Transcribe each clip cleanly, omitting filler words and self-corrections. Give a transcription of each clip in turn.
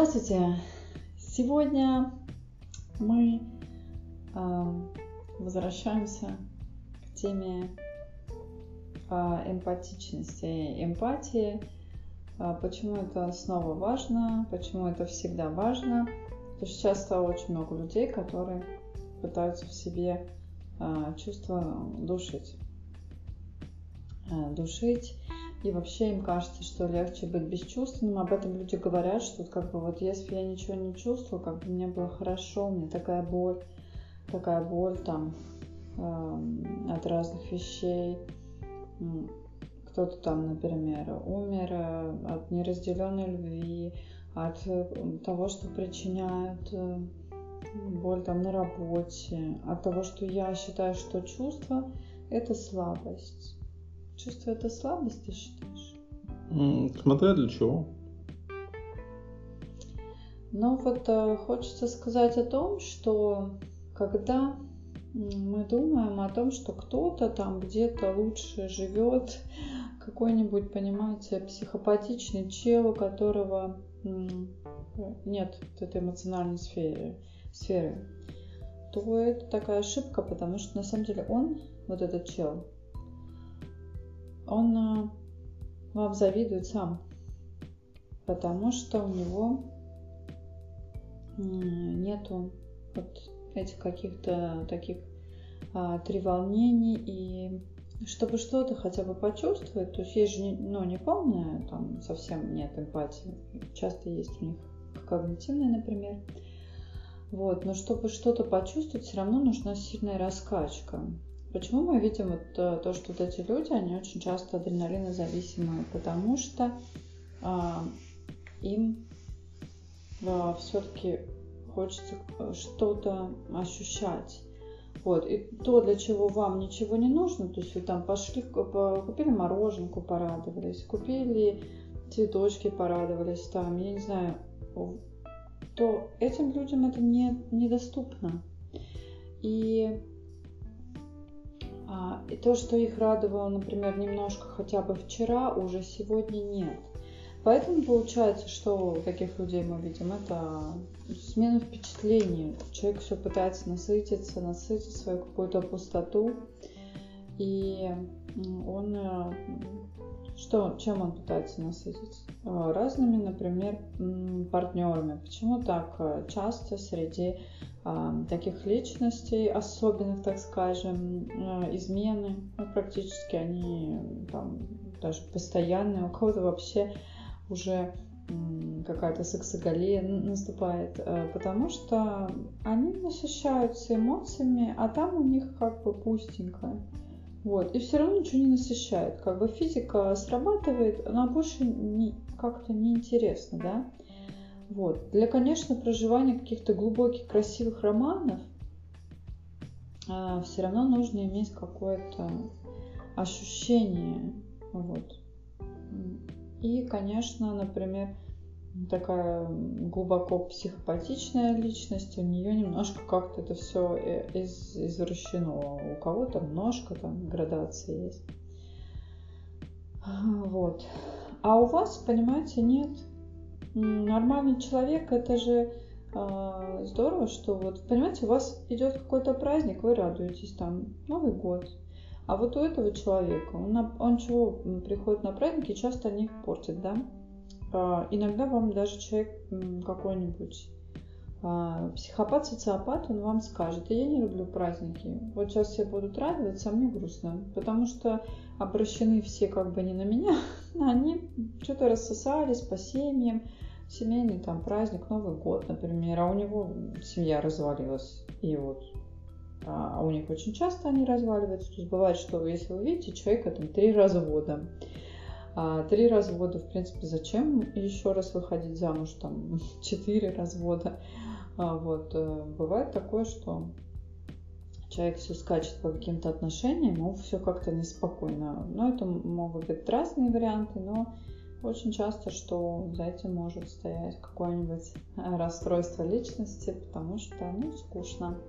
Здравствуйте! Сегодня мы возвращаемся к теме эмпатичности, эмпатии. Почему это снова важно, почему это всегда важно. Потому что часто очень много людей, которые пытаются в себе чувства душить. И вообще им кажется, что легче быть бесчувственным. Об этом люди говорят, что вот если я ничего не чувствую, мне было хорошо, у меня такая боль там от разных вещей. Кто-то там, например, умер от неразделенной любви, от того, что причиняют боль там на работе, от того, что я считаю, что чувство – это слабость. Чувство – это слабость, ты считаешь? Смотря для чего. Хочется сказать о том, что когда мы думаем о том, что кто-то там где-то лучше живет, какой-нибудь, понимаете, психопатичный чел, у которого нет этой эмоциональной сферы, то это такая ошибка, потому что на самом деле этот чел, он вам завидует сам, потому что у него нету этих каких-то таких треволнений, и чтобы что-то хотя бы почувствовать, то есть же не полная, там совсем нет эмпатии, часто есть у них когнитивная, например, но чтобы что-то почувствовать, все равно нужна сильная раскачка. Почему мы видим то, что эти люди, они очень часто адреналинозависимые, потому что им все-таки хочется что-то ощущать. И то, для чего вам ничего не нужно, то есть вы там пошли, купили мороженку, порадовались, купили цветочки, порадовались, там, я не знаю, то этим людям это недоступно. И то, что их радовало, например, немножко хотя бы вчера, уже сегодня нет. Поэтому получается, что у таких людей мы видим это смена впечатлений. Человек все пытается насытить свою какую-то пустоту. И чем он пытается насытить? Разными, например, партнерами. Почему так часто среди таких личностей, особенных, так скажем, измены, практически они там даже постоянные, у кого-то вообще уже какая-то сексоголия наступает, потому что они насыщаются эмоциями, а там у них пустенько. И все равно ничего не насыщает. Физика срабатывает, она больше как-то неинтересна, да? Для, конечно, проживания каких-то глубоких, красивых романов все равно нужно иметь какое-то ощущение. И, конечно, например, такая глубоко психопатичная личность, у нее немножко как-то это все извращено. У кого-то немножко там градации есть. А у вас, понимаете, нет. Нормальный человек, это же здорово, что понимаете, у вас идет какой-то праздник, вы радуетесь, там, Новый год. А у этого человека, он чего приходит на праздники, часто они их портит, да? Иногда вам даже человек какой-нибудь психопат, социопат, он вам скажет: я не люблю праздники, сейчас все будут радоваться, а мне грустно, потому что обращены все не на меня, они что-то рассосались по семьям, семейный там праздник, Новый год, например, а у него семья развалилась, и а у них очень часто они разваливаются. То есть бывает, что если вы видите человека, там 3 развода. 3 развода, в принципе, зачем еще раз выходить замуж, там 4 развода. Бывает такое, что человек все скачет по каким-то отношениям, ему все как-то неспокойно. Это могут быть разные варианты, но очень часто, что за этим может стоять какое-нибудь расстройство личности, потому что, скучно.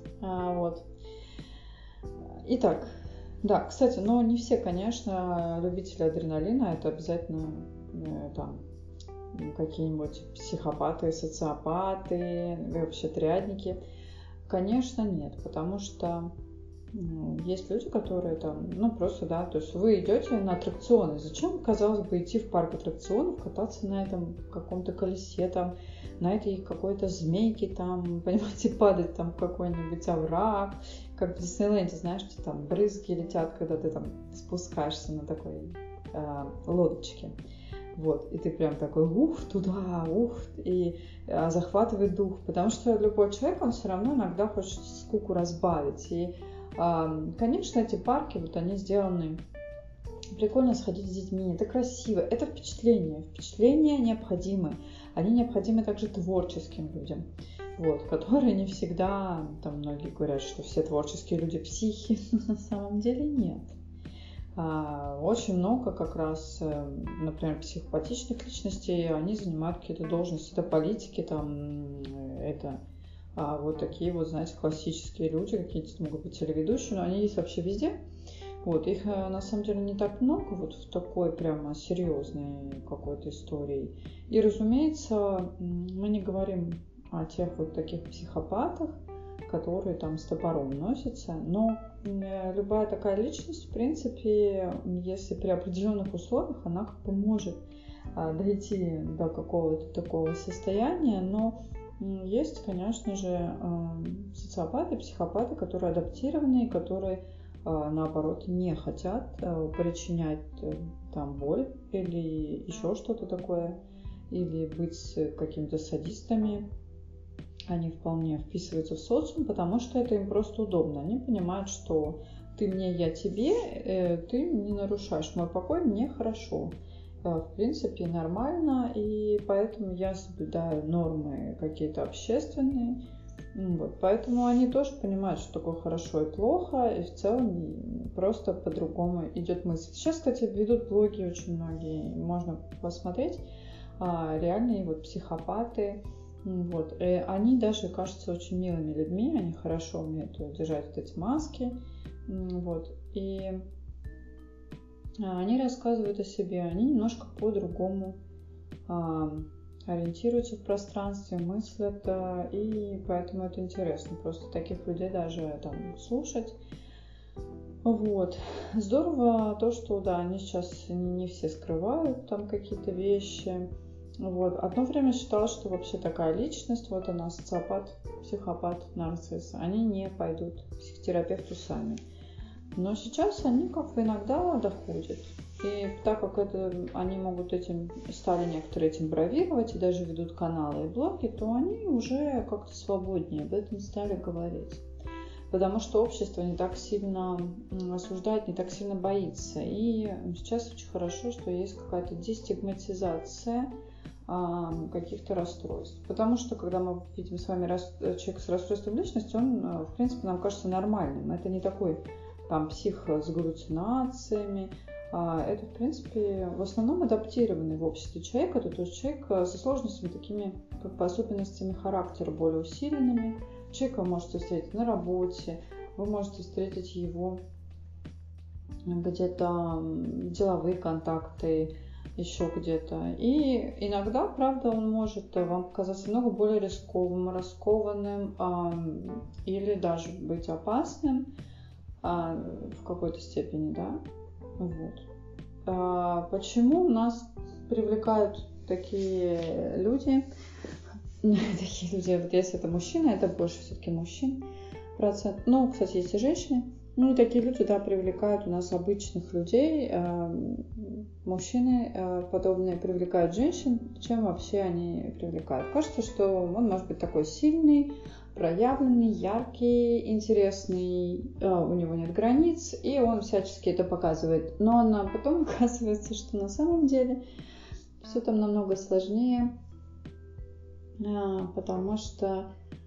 Итак, да, кстати, но не все, конечно, любители адреналина, это обязательно там какие-нибудь психопаты, социопаты, вообще триадники. Конечно, нет, потому что есть люди, которые там, просто, да, то есть вы идете на аттракционы. Зачем, казалось бы, идти в парк аттракционов, кататься на этом каком-то колесе, там, на этой какой-то змейке, там, понимаете, падать там в какой-нибудь овраг, как в Диснейленде, знаешь, что там брызги летят, когда ты там спускаешься на такой лодочке. Вот, и ты прям такой, туда, и захватывает дух, потому что любой человек, он все равно иногда хочет скуку разбавить, и, конечно, эти парки, вот они сделаны, прикольно сходить с детьми, это красиво, это впечатления необходимы, они необходимы также творческим людям, вот, которые не всегда, там многие говорят, что все творческие люди психи, но на самом деле нет. Очень много как раз, например, психопатичных личностей, они занимают какие-то должности, это политики, там, это вот такие вот, знаете, классические люди, какие-то могут быть телеведущие, но они есть вообще везде. Вот, их на самом деле не так много вот в такой прямо серьезной какой-то истории. И, разумеется, мы не говорим о тех вот таких психопатах, которые там с топором носятся, но любая такая личность, в принципе, если при определенных условиях, она как бы может дойти до какого-то такого состояния, но есть, конечно же, социопаты, психопаты, которые адаптированы, которые, наоборот, не хотят причинять там боль или еще что-то такое, или быть какими-то садистами. Они вполне вписываются в социум, потому что это им просто удобно. Они понимают, что ты мне, я тебе, ты не нарушаешь мой покой, мне хорошо. В принципе, нормально, и поэтому я соблюдаю нормы какие-то общественные. Вот. Поэтому они тоже понимают, что такое хорошо и плохо, и в целом просто по-другому идет мысль. Сейчас, кстати, ведут блоги очень многие, можно посмотреть, реальные вот психопаты. Вот. И они даже кажутся очень милыми людьми, они хорошо умеют держать вот эти маски. Вот. И они рассказывают о себе, они немножко по-другому ориентируются в пространстве, мыслят, и поэтому это интересно просто таких людей даже там слушать. Вот. Здорово то, что да, они сейчас не все скрывают там какие-то вещи. Вот. Одно время считалось, что вообще такая личность, вот она, социопат, психопат, нарцисс, они не пойдут к психотерапевту сами. Но сейчас они как бы иногда доходят. И так как они могут стали некоторые этим бравировать и даже ведут каналы и блоги, то они уже как-то свободнее об этом стали говорить. Потому что общество не так сильно осуждает, не так сильно боится. И сейчас очень хорошо, что есть какая-то дестигматизация каких-то расстройств. Потому что, когда мы видим с вами человека с расстройством личности, он, в принципе, нам кажется нормальным. Это не такой там псих с галлюцинациями. Это, в принципе, в основном адаптированный в обществе человек. Это то есть человек со сложностями, такими как бы особенностями характера более усиленными. Человека вы можете встретить на работе, вы можете встретить его где-то деловые контакты, еще где-то. И иногда, правда, он может вам показаться много более раскованным или даже быть опасным в какой-то степени, да. Вот. Почему нас привлекают такие люди? Такие люди, вот если это мужчина, это больше все-таки мужчин процент. Ну, кстати, есть и женщины. Ну и такие люди, да, привлекают у нас обычных людей. Мужчины подобные привлекают женщин, чем вообще они привлекают. Кажется, что он может быть такой сильный, проявленный, яркий, интересный, у него нет границ, и он всячески это показывает. Но потом оказывается, что на самом деле все там намного сложнее, потому что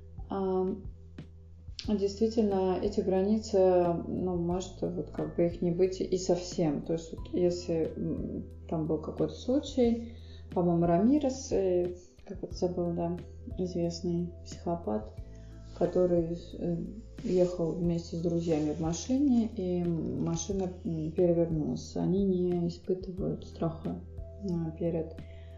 действительно эти границы, может вот как бы их не быть и совсем. То есть вот, если там был какой-то случай, по-моему, Рамирес, как это забыл, да, известный психопат, который ехал вместе с друзьями в машине, и машина перевернулась. Они не испытывают страха перед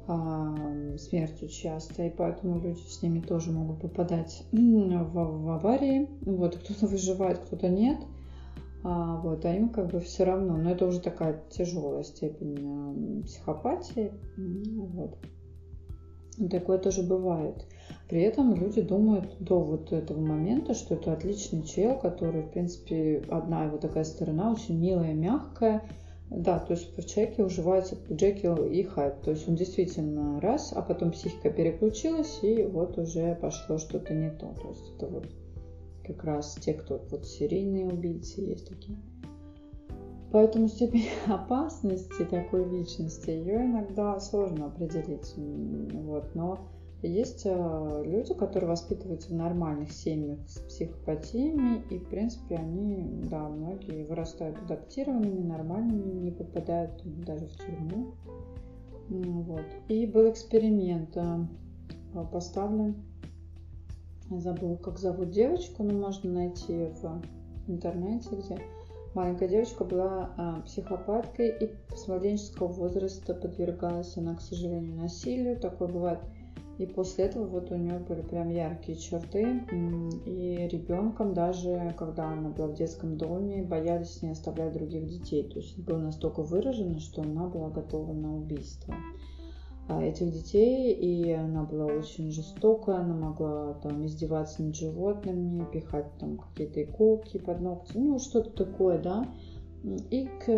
смертью часто, и поэтому люди с ними тоже могут попадать в аварии. Вот, кто-то выживает, кто-то нет. Вот, а им как бы все равно. Но это уже такая тяжелая степень психопатии. Вот. Такое тоже бывает. При этом люди думают до вот этого момента, что это отличный чел, который, в принципе, одна его такая сторона очень милая, мягкая. Да, то есть в человеке уживается Джекил и Хайд. То есть он действительно раз, а потом психика переключилась, и вот уже пошло что-то не то. То есть это вот как раз те, кто вот серийные убийцы есть такие. Поэтому степень опасности такой личности, ее иногда сложно определить. Вот. Но есть люди, которые воспитываются в нормальных семьях с психопатиями, и, в принципе, они, да, многие вырастают адаптированными, нормальными, не попадают даже в тюрьму. Вот. И был эксперимент поставлен, я забыла, как зовут девочку, но можно найти в интернете, где маленькая девочка была психопаткой и с младенческого возраста подвергалась она, к сожалению, насилию. Такое бывает. И после этого вот у нее были прям яркие черты. И ребенком даже, когда она была в детском доме, боялись с ней оставлять других детей. То есть было настолько выражено, что она была готова на убийство этих детей, и она была очень жестокая, она могла там издеваться над животными, пихать там какие-то иголки под ногти, ну что-то такое, да. И к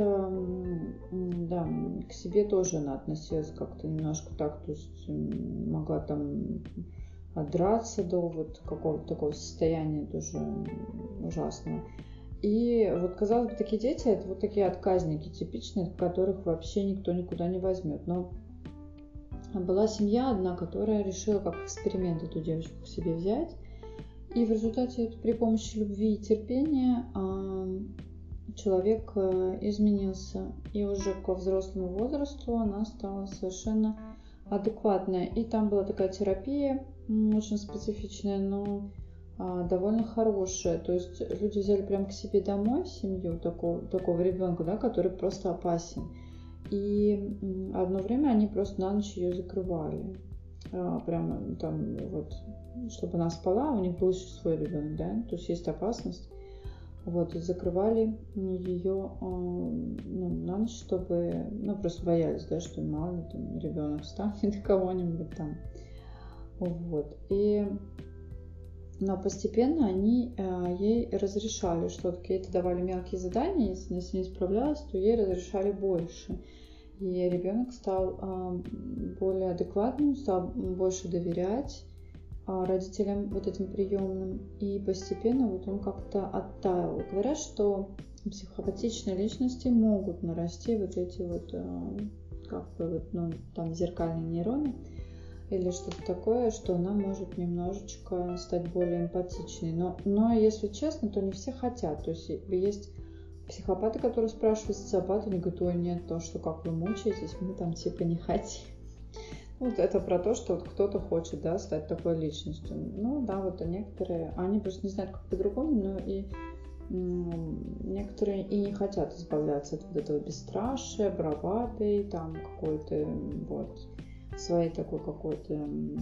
себе тоже она относилась как-то немножко так, то есть могла там отдраться до вот какого-то такого состояния тоже ужасного. И вот, казалось бы, такие дети, это вот такие отказники типичные, которых вообще никто никуда не возьмет. Но была семья одна, которая решила как эксперимент эту девочку к себе взять. И в результате при помощи любви и терпения человек изменился. И уже ко взрослому возрасту она стала совершенно адекватная. И там была такая терапия, очень специфичная, но довольно хорошая. То есть люди взяли прямо к себе домой в семью такого ребенка, да, который просто опасен. И одно время они просто на ночь ее закрывали. Прямо там вот, чтобы она спала, у них был еще свой ребенок, да, то есть есть опасность. Вот, и закрывали ее на ночь, чтобы, просто боялись, да, что мало ли там ребенок встанет кого-нибудь там. Вот. Но постепенно они ей разрешали что-то, ей-то давали мелкие задания, если она с ней справлялась, то ей разрешали больше. И ребенок стал более адекватным, стал больше доверять родителям вот этим приемным, и постепенно вот он как-то оттаял. Говорят, что психопатичные личности могут нарасти вот эти вот там зеркальные нейроны или что-то такое, что она может немножечко стать более эмпатичной. Но если честно, то не все хотят. То есть психопаты, которые спрашивают социопаты, они говорят: ой, нет, то, что как вы мучаетесь, мы там типа не хотим. Вот это про то, что вот кто-то хочет, да, стать такой личностью. Ну да, вот некоторые, они просто не знают, как по-другому, но и некоторые и не хотят избавляться от вот этого бесстрашия, бравады, там какой-то вот своей такой какой-то,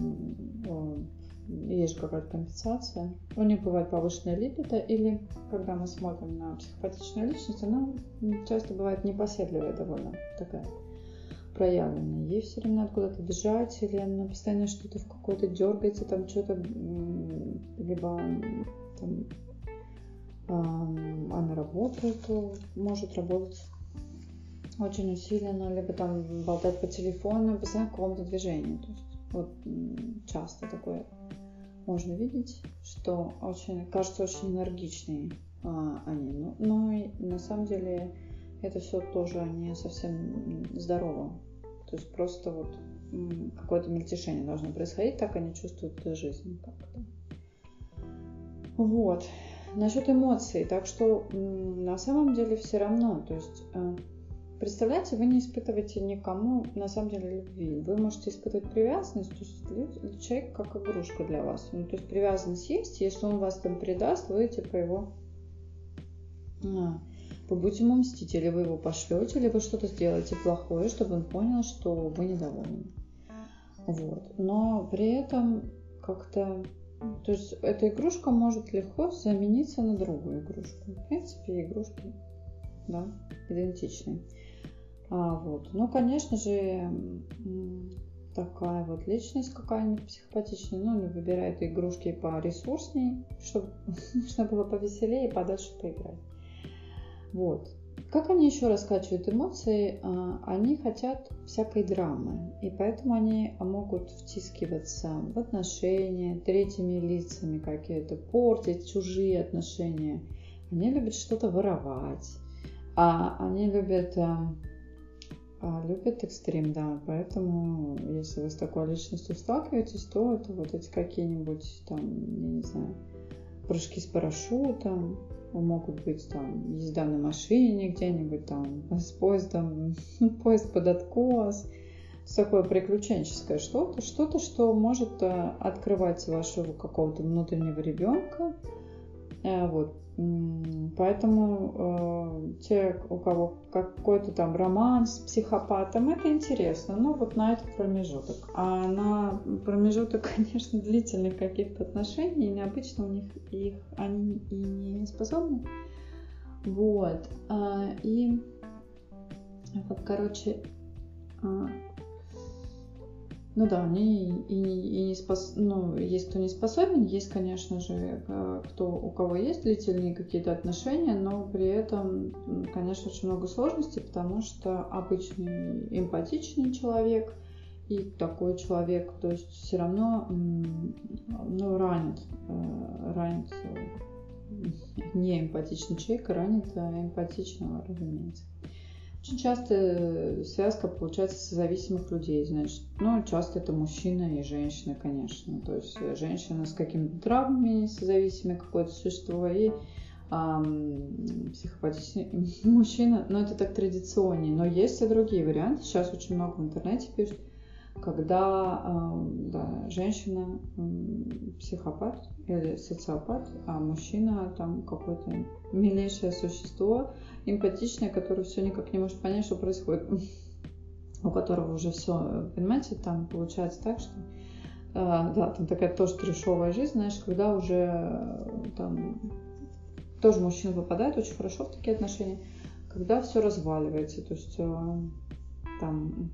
есть же какая-то компенсация. У них бывает повышенная либидо, или когда мы смотрим на психопатичную личность, она часто бывает непоседливая довольно такая проявленная. Ей все время надо куда-то бежать, или она постоянно что-то в какое-то дергается, там что-то, либо там она работает, может работать очень усиленно, либо там болтать по телефону, постоянно в каком-то движении. То есть вот часто такое можно видеть, что кажется очень энергичные они. Но на самом деле это все тоже не совсем здорово. То есть просто вот какое-то мельтешение должно происходить, так они чувствуют жизнь как-то. Вот. Насчет эмоций. Так что на самом деле все равно. То есть представляете, вы не испытываете никому на самом деле любви. Вы можете испытывать привязанность, то есть человек как игрушка для вас. То есть привязанность есть, если он вас там предаст, вы типа его... Вы будете ему мстить, или вы его пошлете, или вы что-то сделаете плохое, чтобы он понял, что вы недовольны. Вот. Но при этом как-то... То есть эта игрушка может легко замениться на другую игрушку. В принципе, игрушки, да, идентичны. Вот. Ну, конечно же, такая вот личность какая-нибудь психопатичная, ну, выбирает игрушки поресурсней, чтобы можно было повеселее и подальше поиграть. Вот. Как они еще раскачивают эмоции? Они хотят всякой драмы, и поэтому они могут втискиваться в отношения третьими лицами какие-то, портить чужие отношения. Они любят что-то воровать, они любят экстрим, да, поэтому если вы с такой личностью сталкиваетесь, то это вот эти какие-нибудь там, я не знаю, прыжки с парашютом, могут быть там езда на машине где-нибудь там с поездом, поезд под откос, такое приключенческое что-то, что может открывать вашего какого-то внутреннего ребенка. Вот. Поэтому те, у кого какой-то там роман с психопатом, это интересно, но вот на этот промежуток. А на промежуток, конечно, длительных каких-то отношений, необычно у них они и не способны. Вот. И вот, короче, ну да, они и не есть кто не способен, есть, конечно же, у кого есть длительные какие-то отношения, но при этом, конечно, очень много сложностей, потому что обычный эмпатичный человек и такой человек, то есть все равно ранит неэмпатичный человек, ранит эмпатичного, разумеется. Очень часто связка получается созависимых людей, значит, часто это мужчина и женщина, конечно, то есть женщина с какими-то травмами созависимой какое-то существо и психопатичный мужчина, это так традиционнее, но есть и другие варианты, сейчас очень много в интернете пишут, когда женщина психопат или социопат, а мужчина там какое-то милейшее существо, эмпатичное, которое все никак не может понять, что происходит, у которого уже все, понимаете, там получается так, что там такая тоже трешовая жизнь, знаешь, когда уже там тоже мужчина попадает очень хорошо в такие отношения, когда все разваливается, то есть там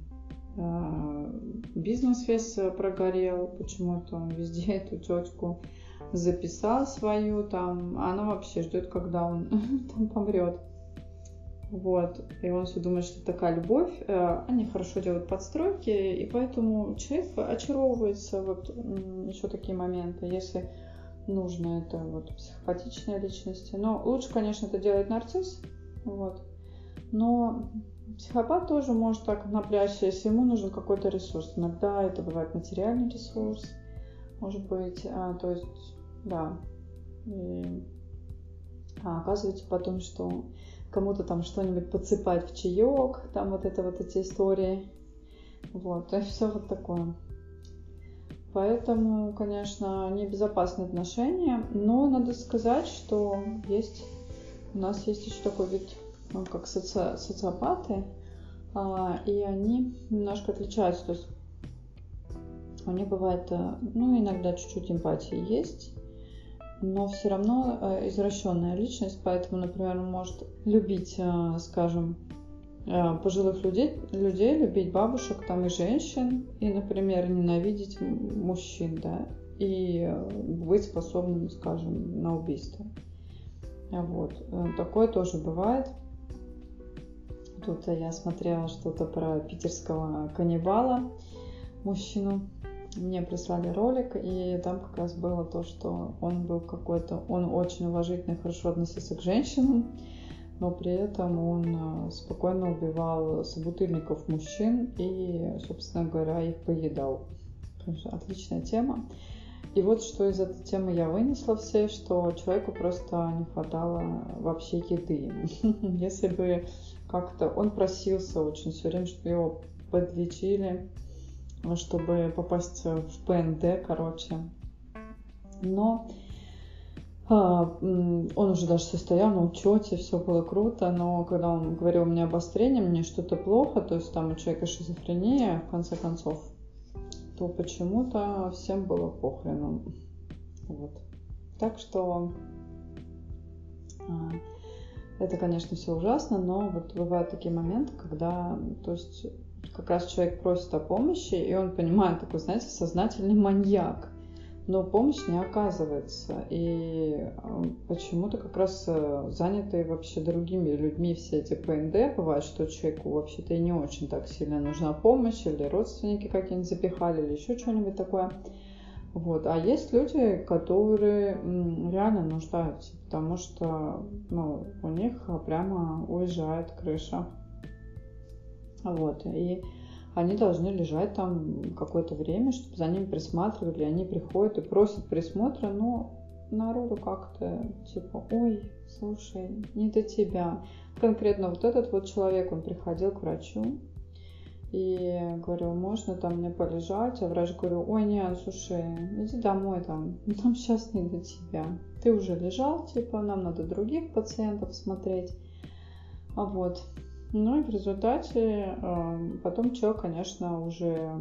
бизнес весь прогорел, почему-то он везде эту тетку записал свою, там, она вообще ждет, когда он там помрет. Вот. И он все думает, что это такая любовь. Они хорошо делают подстройки, и поэтому человек очаровывается. Вот еще такие моменты, если нужно, это вот психопатичные личности. Но лучше, конечно, это делает нарцисс. Вот. Но психопат тоже может так напрячься, если ему нужен какой-то ресурс. Иногда это бывает материальный ресурс, может быть, то есть, да. Оказывается потом, что кому-то там что-нибудь подсыпать в чаек, там вот эти истории. Вот, и все вот такое. Поэтому, конечно, небезопасные отношения, но надо сказать, что у нас есть еще такой вид, как социопаты, и они немножко отличаются. То есть у них бывает, иногда чуть-чуть эмпатии есть, но все равно извращенная личность, поэтому, например, он может любить, скажем, пожилых людей, любить бабушек там и женщин, и, например, ненавидеть мужчин, да, и быть способным, скажем, на убийство. Вот. Такое тоже бывает. Тут я смотрела что-то про питерского каннибала, мужчину. Мне прислали ролик, и там как раз было то, что он очень уважительно и хорошо относился к женщинам, но при этом он спокойно убивал собутыльников мужчин и, собственно говоря, их поедал. Отличная тема. И вот что из этой темы я вынесла все, что человеку просто не хватало вообще еды. Если бы как-то он просился очень все время, чтобы его подлечили, чтобы попасть в ПНД, короче. Но он уже даже состоял на учете, все было круто, но когда он говорил, у меня обострение, мне что-то плохо, то есть там у человека шизофрения, в конце концов, то почему-то всем было похрену. Вот. Так что это, конечно, все ужасно, но вот бывают такие моменты, когда, то есть, как раз человек просит о помощи, и он понимает, такой, знаете, сознательный маньяк, но помощь не оказывается. И почему-то как раз заняты вообще другими людьми все эти ПНД. Бывает, что человеку вообще-то и не очень так сильно нужна помощь, или родственники какие-нибудь запихали, или еще что-нибудь такое. Вот. А есть люди, которые реально нуждаются, потому что у них прямо уезжает крыша. Вот. И они должны лежать там какое-то время, чтобы за ними присматривали. Они приходят и просят присмотра, но народу как-то типа: ой, слушай, не до тебя. Конкретно вот этот вот человек, он приходил к врачу и говорю: можно там мне полежать? А врач говорю: ой, нет, слушай, иди домой, там сейчас не до тебя. Ты уже лежал, типа, нам надо других пациентов смотреть. Вот. Ну и в результате потом человек, конечно, уже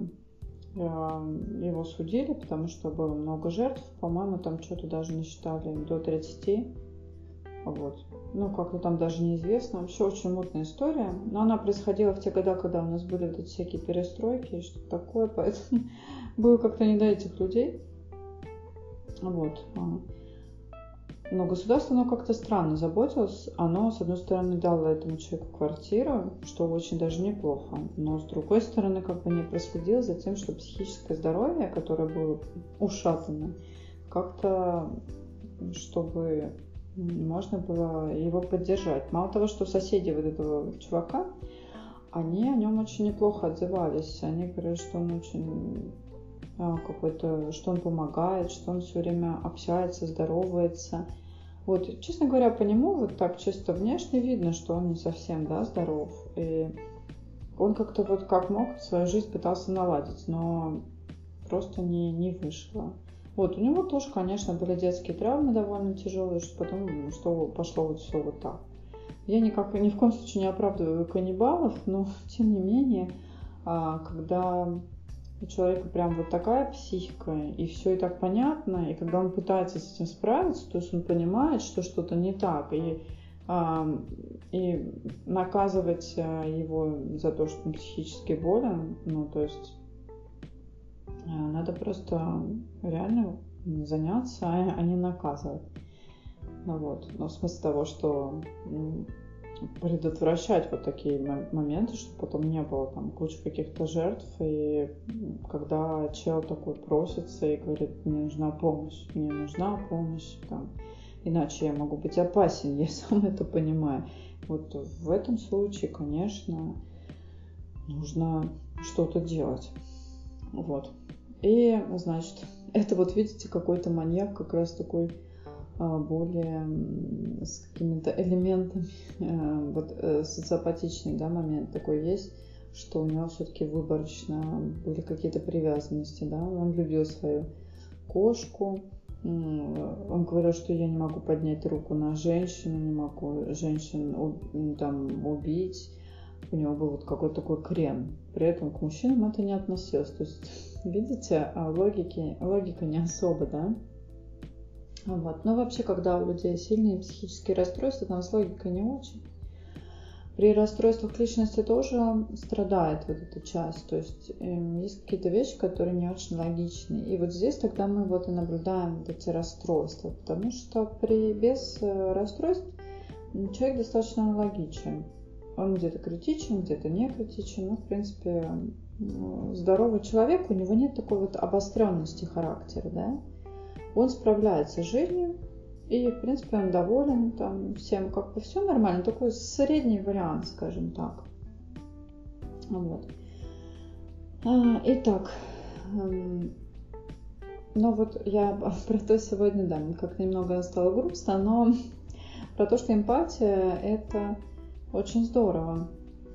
его судили, потому что было много жертв. По-моему, там что-то даже насчитали до 30. Вот. Как-то там даже неизвестно. Вообще очень мутная история. Но она происходила в те годы, когда у нас были вот эти всякие перестройки и что-то такое. Поэтому было как-то не до этих людей. Вот. Но государство, оно как-то странно заботилось. Оно, с одной стороны, дало этому человеку квартиру, что очень даже неплохо. Но, с другой стороны, как бы не проследило за тем, что психическое здоровье, которое было ушатано, как-то, чтобы можно было его поддержать. Мало того, что соседи вот этого чувака, они о нем очень неплохо отзывались. Они говорят, что он очень какой-то, что он помогает, что он все время общается, здоровается. Вот, честно говоря, по нему вот так чисто внешне видно, что он не совсем, здоров. И он как-то вот как мог свою жизнь пытался наладить, но просто не вышло. Вот, у него тоже, конечно, были детские травмы довольно тяжелые, что потом пошло вот все вот так. Я ни в коем случае не оправдываю каннибалов, но тем не менее, когда у человека прям вот такая психика, и все и так понятно, и когда он пытается с этим справиться, то есть он понимает, что что-то не так, и наказывать его за то, что он психически болен, то есть надо просто реально заняться, а не наказывать. Вот. Но в смысле того, что предотвращать вот такие моменты, чтобы потом не было там кучи каких-то жертв. И когда чел такой просится и говорит: мне нужна помощь, там, иначе я могу быть опасен, я сам это понимаю. Вот в этом случае, конечно, нужно что-то делать. Вот. И, значит, это вот, видите, какой-то маньяк как раз такой более с какими-то элементами, социопатичный, момент такой есть, что у него все-таки выборочно были какие-то привязанности, он любил свою кошку, он говорил, что я не могу поднять руку на женщину, не могу женщин убить, у него был вот какой-то такой крен, при этом к мужчинам это не относилось, то есть, видите, логика не особо, Вот. Но вообще, когда у людей сильные психические расстройства, там с логикой не очень. При расстройствах личности тоже страдает вот эта часть. То есть есть какие-то вещи, которые не очень логичны. И вот здесь тогда мы вот и наблюдаем вот эти расстройства. Потому что без расстройств человек достаточно аналогичен. Он где-то критичен, где-то не критичен. В принципе, здоровый человек, у него нет такой вот обостренности характера, Он справляется с жизнью, и, в принципе, он доволен всем, как бы все нормально, такой средний вариант, скажем так. Вот. Итак, вот я про то сегодня, как немного стало грустно, но про то, что эмпатия – это очень здорово.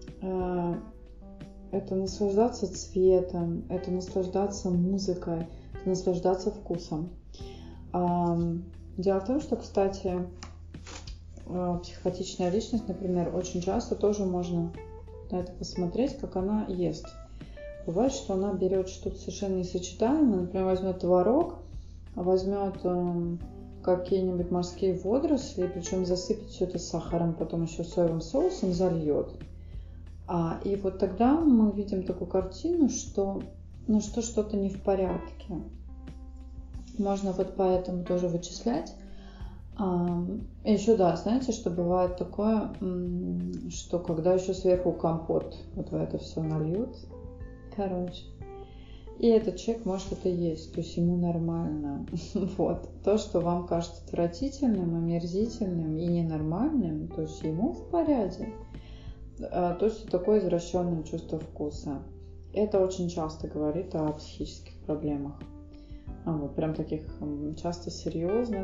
Это наслаждаться цветом, это наслаждаться музыкой, это наслаждаться вкусом. Дело в том, что, кстати, психопатичная личность, например, очень часто тоже можно на это посмотреть, как она ест. Бывает, что она берет что-то совершенно несочетаемое, например, возьмет творог, возьмет какие-нибудь морские водоросли, причем засыпет все это сахаром, потом еще соевым соусом зальет. И вот тогда мы видим такую картину, что что-то не в порядке. Можно вот поэтому тоже вычислять. И еще, да, знаете, что бывает такое, что когда еще сверху компот вот в это все нальют, и этот человек может это есть, то есть ему нормально. Вот. То, что вам кажется отвратительным, омерзительным и ненормальным, то есть ему в порядке. То есть такое извращенное чувство вкуса. Это очень часто говорит о психических проблемах. Вот, прям таких часто серьезных.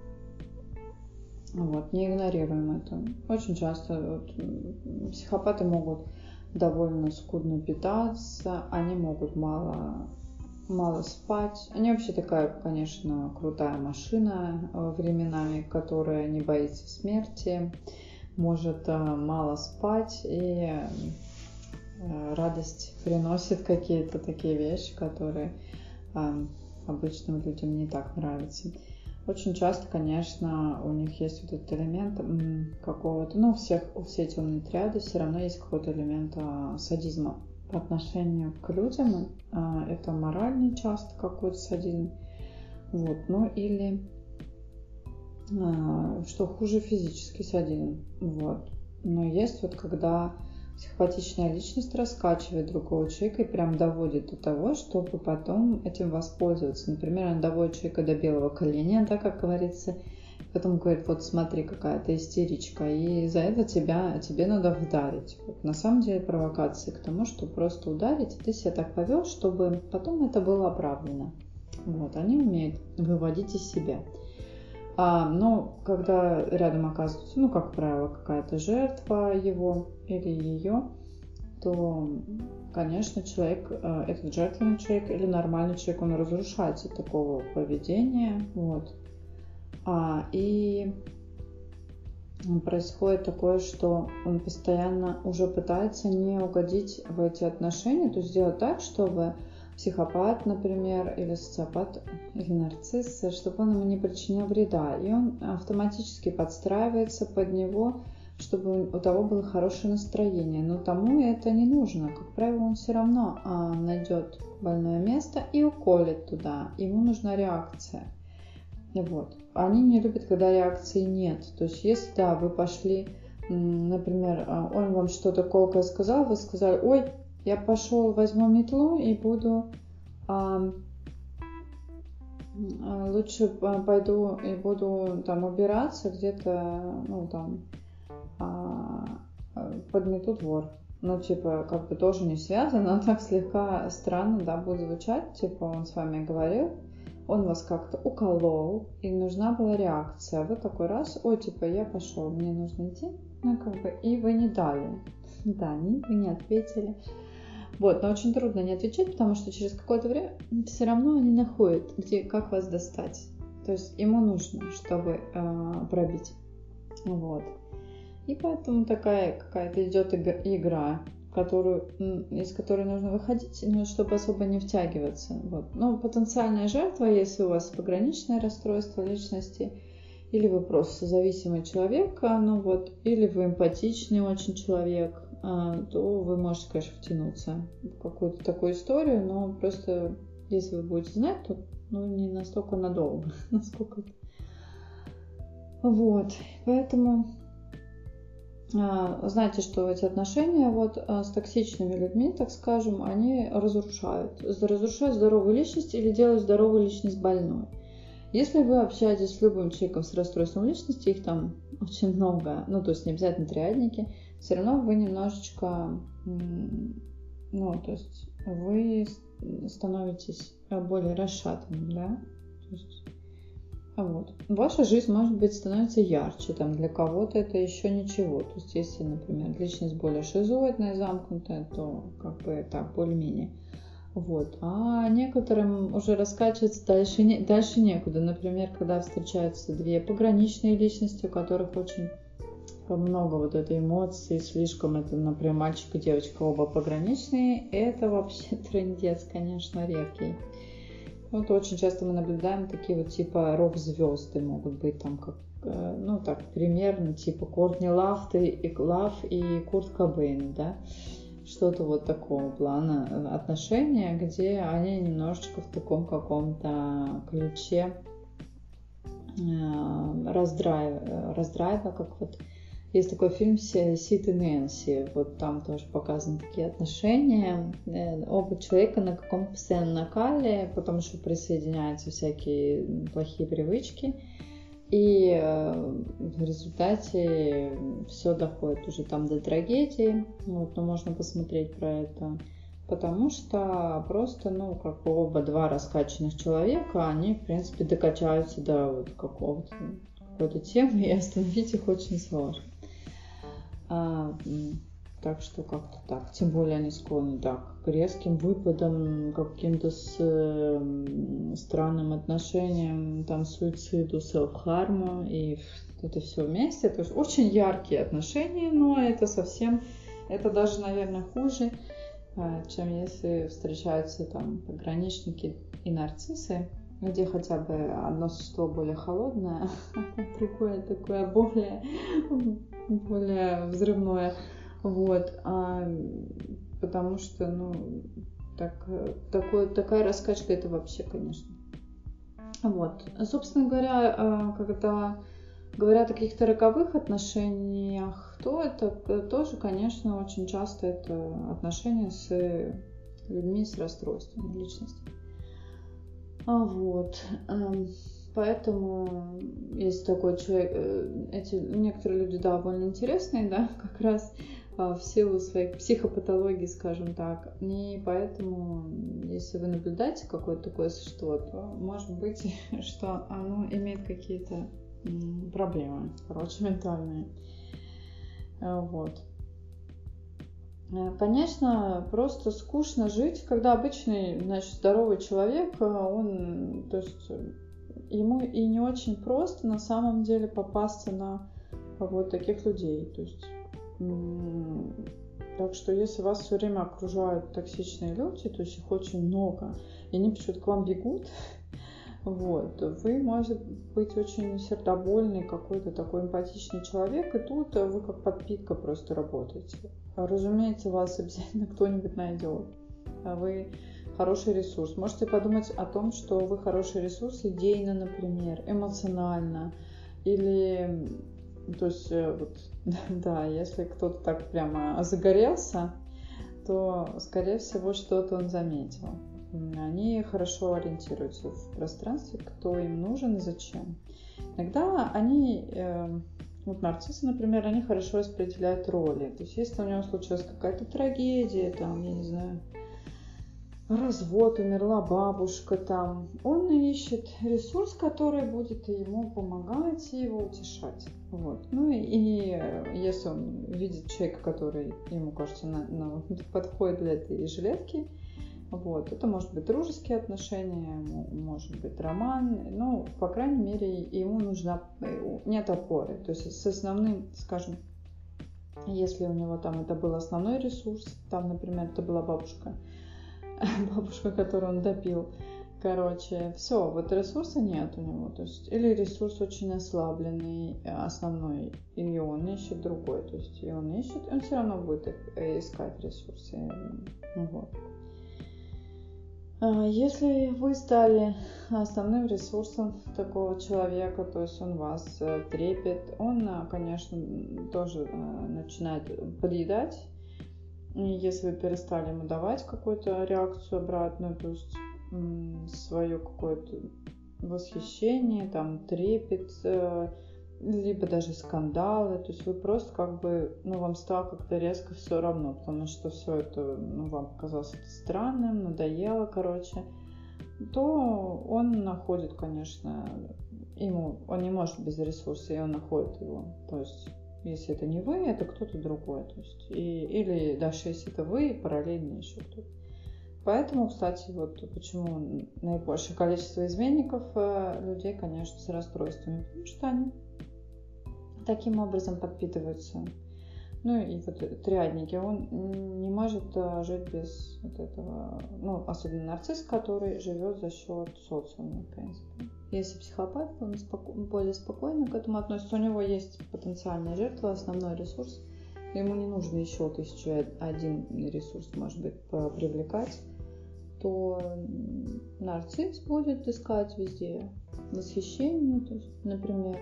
Вот, не игнорируем это. Очень часто психопаты могут довольно скудно питаться, они могут мало спать. Они вообще такая, конечно, крутая машина временами, которая не боится смерти, может мало спать и радость приносит какие-то такие вещи, которые обычным людям не так нравятся. Очень часто, конечно, у них есть вот этот элемент какого-то, все темные триады все равно есть какой-то элемент садизма по отношению к людям. Это моральный часто какой-то садизм. Вот, или что хуже, физический садизм. Вот. Но есть вот когда психопатичная личность раскачивает другого человека и прям доводит до того, чтобы потом этим воспользоваться. Например, она доводит человека до белого коленя, да, как говорится, и потом говорит: вот смотри, какая ты истеричка, и за это тебе надо ударить. Вот. На самом деле провокация к тому, что просто ударить, и ты себя так повел, чтобы потом это было оправдано. Вот. Они умеют выводить из себя. Но когда рядом оказывается, как правило, какая-то жертва его или ее, то, конечно, человек, этот жертвенный человек или нормальный человек, он разрушается от такого поведения. Вот. И происходит такое, что он постоянно уже пытается не угодить в эти отношения, то есть сделать так, чтобы психопат, например, или социопат, или нарцисс, чтобы он ему не причинил вреда. И он автоматически подстраивается под него, чтобы у того было хорошее настроение. Но тому это не нужно. Как правило, он все равно найдет больное место и уколет туда. Ему нужна реакция. Вот. Они не любят, когда реакции нет. То есть, если, да, вы пошли, например, он вам что-то колкое сказал, вы сказали: ой, я пошел, возьму метлу и буду, лучше пойду и буду там убираться где-то, подмету двор. Как бы тоже не связано, но так слегка странно, да, будет звучать, он с вами говорил, он вас как-то уколол, и нужна была реакция. Вы такой раз: ой, я пошел, мне нужно идти, и вы не дали. Да, вы не ответили. Вот, но очень трудно не отвечать, потому что через какое-то время все равно они находят, как вас достать. То есть ему нужно, чтобы пробить. Вот. И поэтому такая какая-то идет игра, из которой нужно выходить, чтобы особо не втягиваться. Вот. Но потенциальная жертва, если у вас пограничное расстройство личности, или вы просто зависимый человек, или вы эмпатичный очень человек, то вы можете, конечно, втянуться в какую-то такую историю, но просто если вы будете знать, то не настолько надолго, насколько. Вот, поэтому знаете, что эти отношения с токсичными людьми, так скажем, они разрушают здоровую личность или делают здоровую личность больной. Если вы общаетесь с любым человеком с расстройством личности, их там очень много, то есть не обязательно триадники, все равно вы немножечко, вы становитесь более расшатанным, да, вот. Ваша жизнь, может быть, становится ярче, для кого-то это еще ничего, то есть если, например, личность более шизоидная, замкнутая, то так, более-менее. Вот. А некоторым уже раскачиваться дальше некуда. Например, когда встречаются две пограничные личности, у которых очень много вот этой эмоций, слишком это, например, мальчик и девочка оба пограничные, это вообще трындец, конечно, редкий. Вот очень часто мы наблюдаем такие вот типа рок-звезды могут быть там как, ну так примерно типа Кортни Лав и Курт Кобейн, да, что-то вот такого плана отношения, где они немножечко в таком каком-то ключе раздрайва, как вот есть такой фильм «Сид и Нэнси», вот там тоже показаны такие отношения, оба человека на каком-то постоянном накале, потому что присоединяются всякие плохие привычки, и в результате все доходит уже там до трагедии, вот, но можно посмотреть про это. Потому что просто, ну, как бы оба раскачанных человека, они, в принципе, докачаются до вот какой-то темы, и остановить их очень сложно. Так что как-то так. Тем более они склонны к резким выпадам, каким-то странным отношениям, там, суициду, селф-харму, и это все вместе. То есть очень яркие отношения, но это даже, наверное, хуже, чем если встречаются там пограничники и нарциссы, где хотя бы одно существо более холодное, а другое такое более взрывное. Вот. Потому что, ну, такая раскачка это вообще, конечно. Вот. Собственно говоря, когда говорят о каких-то роковых отношениях, то это тоже, конечно, очень часто это отношения с людьми с расстройством личности. Вот. Поэтому есть такой человек, некоторые люди довольно интересные, да, как раз в силу своей психопатологии, скажем так. И поэтому, если вы наблюдаете какое-то такое существо, то может быть, что оно имеет какие-то проблемы, короче, ментальные. Вот. Конечно, просто скучно жить, когда обычный, значит, здоровый человек, он, то есть, ему и не очень просто на самом деле попасться на вот таких людей. То есть, так что если вас все время окружают токсичные люди, то есть их очень много, и они почему-то к вам бегут, вот, вы, может быть, очень сердобольный, какой-то такой эмпатичный человек, и тут вы как подпитка просто работаете. Разумеется, вас обязательно кто-нибудь найдет. Вы хороший ресурс. Можете подумать о том, что вы хороший ресурс идейно, например, эмоционально. Или, то есть, вот, да, если кто-то так прямо загорелся, то, скорее всего, что-то он заметил. Они хорошо ориентируются в пространстве, кто им нужен и зачем. Иногда они, вот нарциссы, например, они хорошо распределяют роли. То есть, если у него случилась какая-то трагедия, там, я не знаю, развод, умерла бабушка, там, он ищет ресурс, который будет ему помогать и его утешать. Вот. Ну и если он видит человека, который ему кажется подходит для этой жилетки, вот, это может быть дружеские отношения, может быть роман, ну, по крайней мере, ему нужна, нет опоры. То есть с основным, скажем, если у него там это был основной ресурс, там, например, это была бабушка, которую он допил, короче, все, вот ресурса нет у него, то есть, или ресурс очень ослабленный, основной, или он ищет другой, то есть, и он ищет, он все равно будет искать ресурсы, вот. Если вы стали основным ресурсом такого человека, то есть он вас трепет, он, конечно, тоже начинает подъедать. И если вы перестали ему давать какую-то реакцию обратную, то есть свое какое-то восхищение, там, трепет, либо даже скандалы, то есть вы просто как бы, ну, вам стало как-то резко все равно, потому что все это, ну, вам показалось это странным, надоело, короче, то он находит, конечно, он не может без ресурса, и он находит его, то есть если это не вы, это кто-то другой, то есть, или даже если это вы, параллельно еще кто-то. Поэтому, кстати, вот почему наибольшее количество изменников людей, конечно, с расстройствами, потому что они таким образом подпитываются. Ну и вот триадники, он не может жить без вот этого, ну, особенно нарцисс, который живет за счет социума, в принципе. Если психопат, он более спокойно к этому относится, у него есть потенциальная жертва, основной ресурс, ему не нужно еще 1001 ресурс, может быть, привлекать, то нарцисс будет искать везде восхищение, то есть, например,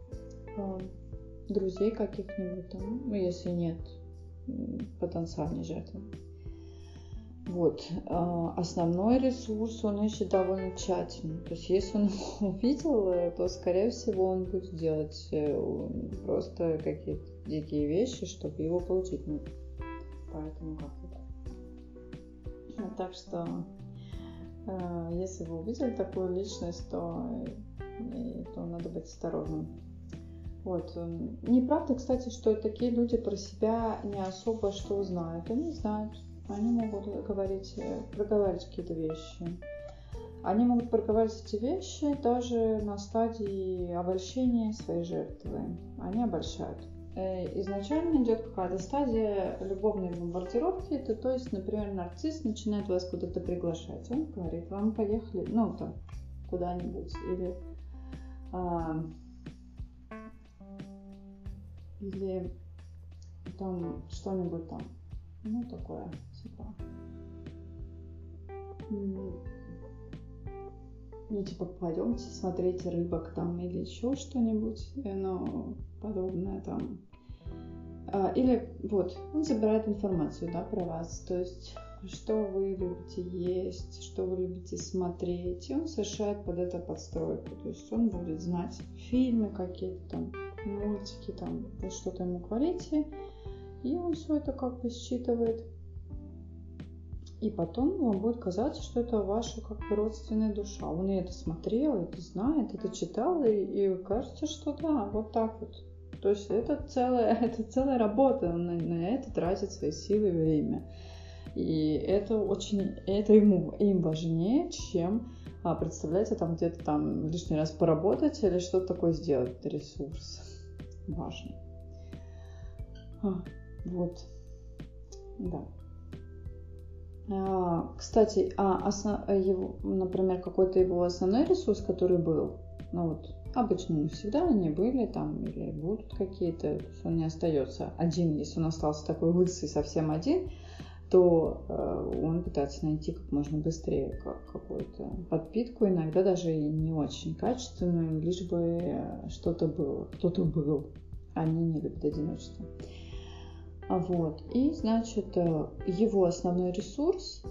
друзей каких-нибудь там, ну, если нет потенциальной жертвы. Вот. Основной ресурс он ищет довольно тщательно. То есть, если он его увидел, то, скорее всего, он будет делать просто какие-то дикие вещи, чтобы его получить. Ну, поэтому как-то так. Так что, если вы увидели такую личность, то надо быть осторожным. Вот. Неправда, кстати, что такие люди про себя не особо что знают. Они знают. Они могут проговаривать какие-то вещи. Они могут проговаривать эти вещи даже на стадии обольщения своей жертвы. Они обольщают. Изначально идет какая-то стадия любовной бомбардировки. Это, то есть, например, нарцисс начинает вас куда-то приглашать. Он говорит, вам поехали, ну, там, куда-нибудь. Или там что-нибудь там. Ну, такое, типа. Ну, типа, пойдемте смотреть рыбок там или еще что-нибудь, ну, подобное там. Или вот, он собирает информацию, да, про вас, то есть, что вы любите есть, что вы любите смотреть, и он совершает под это подстройку, то есть, он будет знать фильмы какие-то там, мультики там, вы что-то ему говорите, и он все это как бы считывает. И потом вам будет казаться, что это ваша как бы родственная душа. Он и это смотрел, это знает, это читал, и кажется, что да, вот так вот. То есть это целая работа, он на это тратит свои силы и время. И это им важнее, чем представляете, там где-то там лишний раз поработать или что-то такое сделать. Это ресурс важный. Вот. Да. Кстати, например, какой-то его основной ресурс, который был, ну вот, обычно не всегда они были там или будут какие-то, то есть он не остается один. Если он остался такой лысый, совсем один, то он пытается найти как можно быстрее какую-то подпитку, иногда даже и не очень качественную, лишь бы что-то было, кто-то был. Они не любят одиночество. Вот. И, значит, его основной ресурс,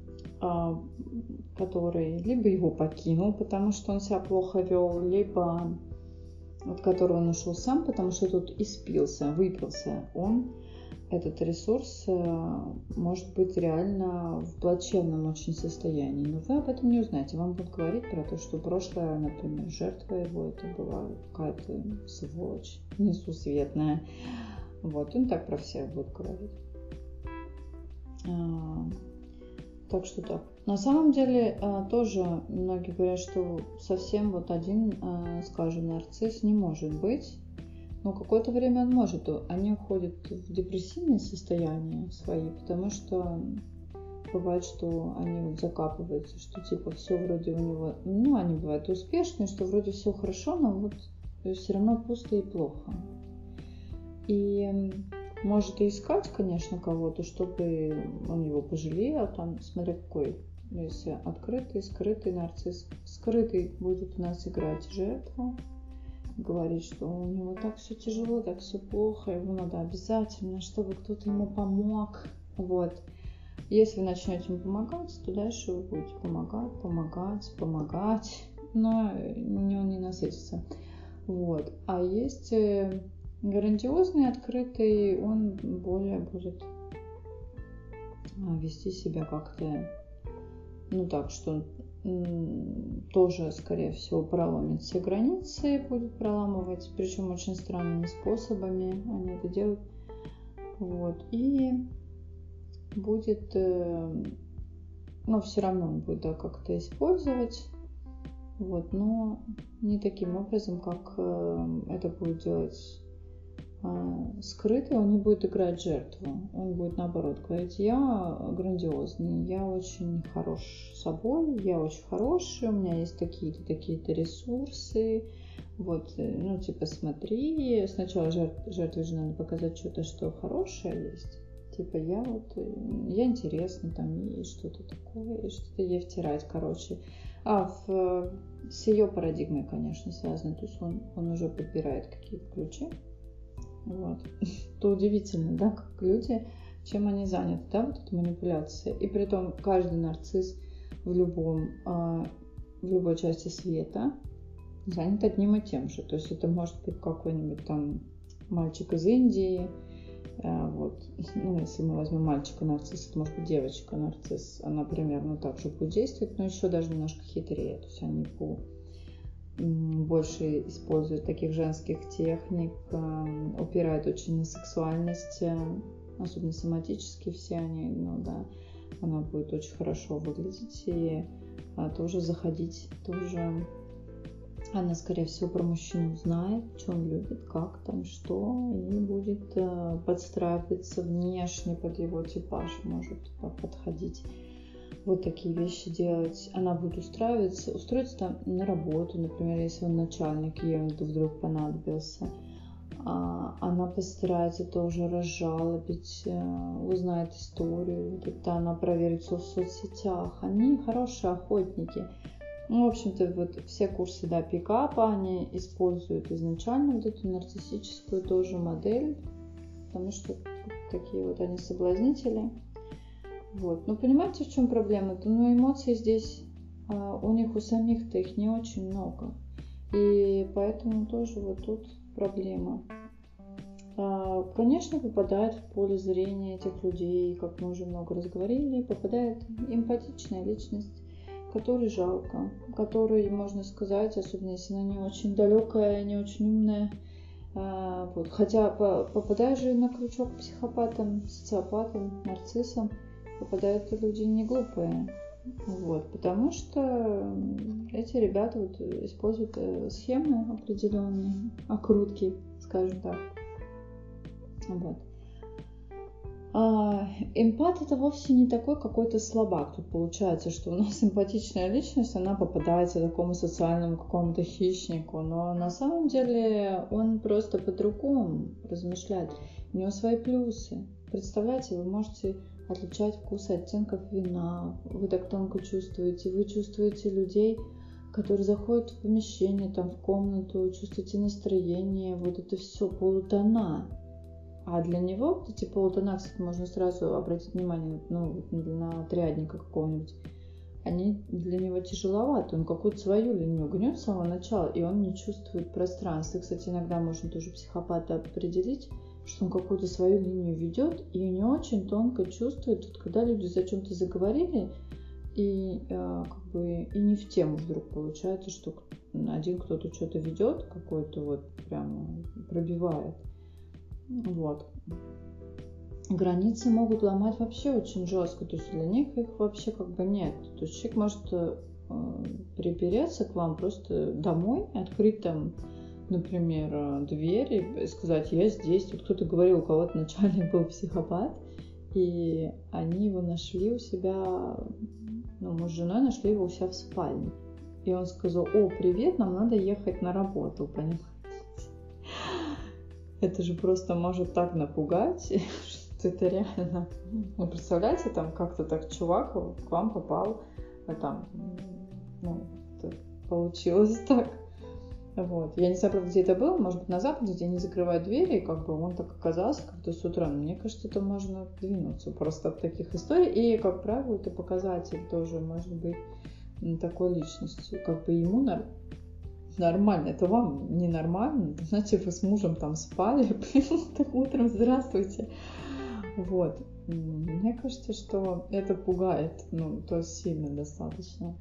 который либо его покинул, потому что он себя плохо вел, либо от которого он ушел сам, потому что тут испился, выпился, этот ресурс может быть реально в плачевном очень состоянии. Но вы об этом не узнаете. Вам будут говорить про то, что прошлое, например, жертва его, это была какая-то сволочь несусветная. Вот, он так про всех будет говорить. Так что так. На самом деле, тоже многие говорят, что совсем вот один, скажем, нарцисс не может быть. Но какое-то время он может. Они уходят в депрессивные состояния свои, потому что бывает, что они вот закапываются, что типа все вроде у него, ну, они бывают успешные, что вроде все хорошо, но вот все равно пусто и плохо. И может и искать, конечно, кого-то, чтобы он его пожалел, там, смотря какой, если открытый, скрытый нарцисс. Скрытый будет у нас играть жертву, говорить, что у него так все тяжело, так все плохо, ему надо обязательно, чтобы кто-то ему помог. Вот. Если вы начнете ему помогать, то дальше вы будете помогать, но он не насытится. Вот. А есть грандиозный, открытый, он более будет вести себя как-то, ну так, что тоже, скорее всего, проломит все границы, будет проламывать, причем очень странными способами они это делают. Вот. И будет, но все равно он будет как-то использовать, вот, но не таким образом, как это будет делать скрытый, он не будет играть жертву. Он будет, наоборот, говорить: я грандиозный, я очень хорош собой, я очень хороший, у меня есть такие-то, такие-то ресурсы. Вот, ну, типа, смотри, сначала жертве же надо показать что-то, что хорошее есть. Типа, я интересный, там, и что-то такое, и что-то ей втирать, короче. С ее парадигмой, конечно, связано. То есть он уже подбирает какие-то ключи. Вот. То удивительно, да, как люди, чем они заняты, да, вот эта манипуляция. И при том каждый нарцисс в любой части света занят одним и тем же. То есть это может быть какой-нибудь там мальчик из Индии, вот. Ну, если мы возьмем мальчика-нарцисса, это может быть девочка-нарцисс, она примерно так же будет действовать, но еще даже немножко хитрее. То есть они больше используют таких женских техник, упирают очень на сексуальность, особенно соматически все они, ну да, она будет очень хорошо выглядеть и тоже заходить, тоже она, скорее всего, про мужчину знает, что он любит, как там, что, и будет подстраиваться внешне под его типаж, может подходить. Вот такие вещи делать. Она будет устроиться там на работу, например, если он начальник, ей он вдруг понадобился. Она постарается тоже разжалобить, узнает историю. Вот это она проверит все в соцсетях. Они хорошие охотники. Ну, в общем-то, вот все курсы, да, пикапа, они используют изначально вот эту нарциссическую тоже модель, потому что такие вот они соблазнители. Вот. Но понимаете, в чем проблема-то? Ну, эмоций здесь у них у самих-то их не очень много. И поэтому тоже вот тут проблема. Конечно, попадает в поле зрения этих людей, как мы уже много раз говорили, попадает эмпатичная личность, которой жалко, которой, можно сказать, особенно если она не очень далекая, не очень умная. Вот. Хотя попадая же на крючок психопатам, социопатам, нарциссам, попадают люди не глупые. Вот. Потому что эти ребята вот используют схемы определенные, окрутки, скажем так. Вот. Эмпат — это вовсе не такой какой-то слабак. Тут получается, что у нас эмпатичная личность, она попадается такому социальному какому-то хищнику, но на самом деле он просто по-другому размышляет. У него свои плюсы. Представляете, вы можете отличать вкусы оттенков вина, вы так тонко чувствуете, вы чувствуете людей, которые заходят в помещение, там, в комнату, чувствуете настроение, вот это все полутона. А для него вот эти полутона, кстати, можно сразу обратить внимание, ну, на триадника какого-нибудь, они для него тяжеловаты, он какую-то свою линию гнет с самого начала, и он не чувствует пространства. И, кстати, иногда можно тоже психопата определить, что он какую-то свою линию ведет и не очень тонко чувствует, вот, когда люди за чем-то заговорили, и как бы и не в тему вдруг получается, что один кто-то что-то ведет, какой-то вот прямо пробивает. Вот. Границы могут ломать вообще очень жестко, то есть для них их вообще как бы нет. То есть человек может припереться к вам просто домой, открыть там, например, дверь и сказать: я здесь. Тут кто-то говорил, у кого-то начальник был психопат, и они его нашли у себя, ну, муж с женой нашли его у себя в спальне. И он сказал: о, привет, нам надо ехать на работу, понимаете? Это же просто может так напугать, что это реально. Ну, представляете, там как-то так чувак к вам попал, там, ну, это получилось так. Вот. Я не знаю, правда, где это было, может быть, на Западе, где они закрывают двери, и как бы он так оказался как-то с утра. Но мне кажется, это можно двинуться просто от таких историй. И, как правило, это показатель тоже может быть такой личности. Как бы ему нормально, это вам ненормально. Знаете, вы с мужем там спали, так утром здравствуйте. Вот. Мне кажется, что это пугает, ну, то есть сильно достаточно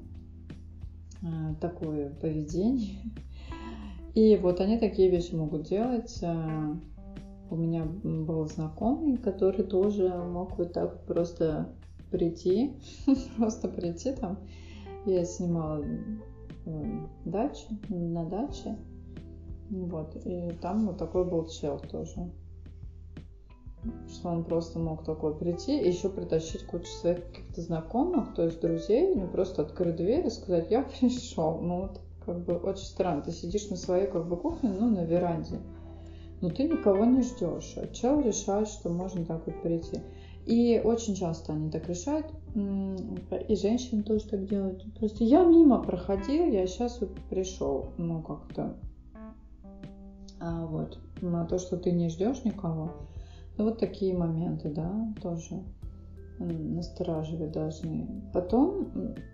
такое поведение. И вот они такие вещи могут делать. У меня был знакомый, который тоже мог вот так просто прийти там. Я снимала дачу, на даче. Вот. И там вот такой был чел тоже. Что он просто мог такой прийти и еще притащить кучу своих каких-то знакомых, то есть друзей, ну просто открыть дверь и сказать: я пришел. Ну вот как бы очень странно. Ты сидишь на своей как бы кухне, ну на веранде, но ты никого не ждешь. А чел решает, что можно так вот прийти. И очень часто они так решают, и женщины тоже так делают. Просто я мимо проходил, я сейчас вот пришел, ну как-то, вот, на то, что ты не ждешь никого. Ну вот такие моменты, да, тоже настораживать должны. Потом,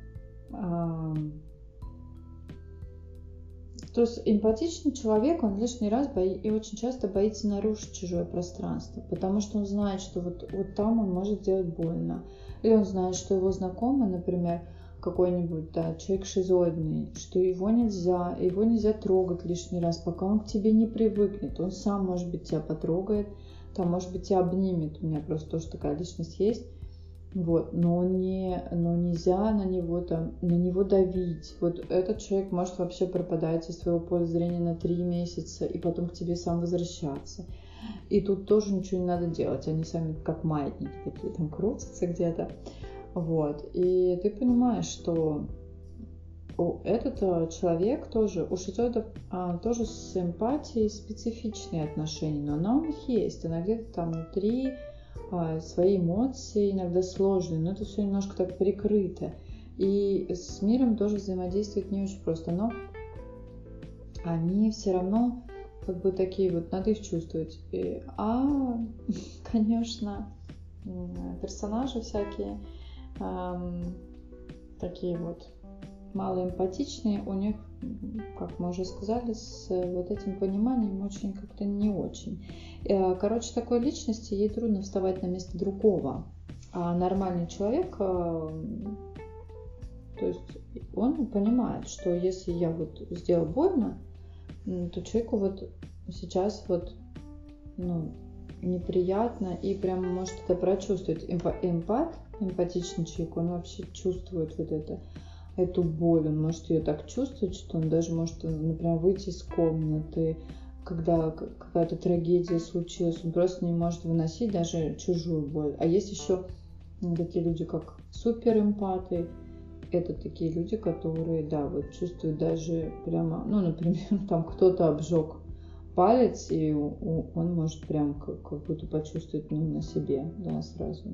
то есть эмпатичный человек, он лишний раз и очень часто боится нарушить чужое пространство, потому что он знает, что вот там он может сделать больно. Или он знает, что его знакомый, например, какой-нибудь, да, человек шизоидный, что его нельзя трогать лишний раз, пока он к тебе не привыкнет. Он сам, может быть, тебя потрогает, там, может быть, тебя обнимет. У меня просто тоже такая личность есть. Вот, но нельзя на него давить. Вот этот человек может вообще пропадать из твоего поля зрения на 3 месяца и потом к тебе сам возвращаться. И тут тоже ничего не надо делать. Они сами как маятники такие там крутятся где-то. Вот. И ты понимаешь, что этот человек тоже, у шизоидов тоже с эмпатией специфичные отношения, но она у них есть. Она где-то там внутри, свои эмоции иногда сложные, но это все немножко так прикрыто. И с миром тоже взаимодействовать не очень просто, но они все равно как бы такие вот, надо их чувствовать. Конечно, персонажи всякие такие вот малоэмпатичные, у них, как мы уже сказали, с вот этим пониманием очень как-то не очень. Короче, такой личности ей трудно вставать на место другого. А нормальный человек, то есть он понимает, что если я вот сделал больно, то человеку вот сейчас вот, неприятно и прям может это прочувствовать. Эмпатичный человек, он вообще чувствует вот эту боль, он может ее так чувствовать, что он даже может, например, выйти из комнаты, когда какая-то трагедия случилась, он просто не может выносить даже чужую боль. А есть еще такие люди, как суперэмпаты. Это такие люди, которые, да, вот чувствуют даже прямо, например, там кто-то обжег палец, и он может прям как будто почувствовать, на себе, да, сразу.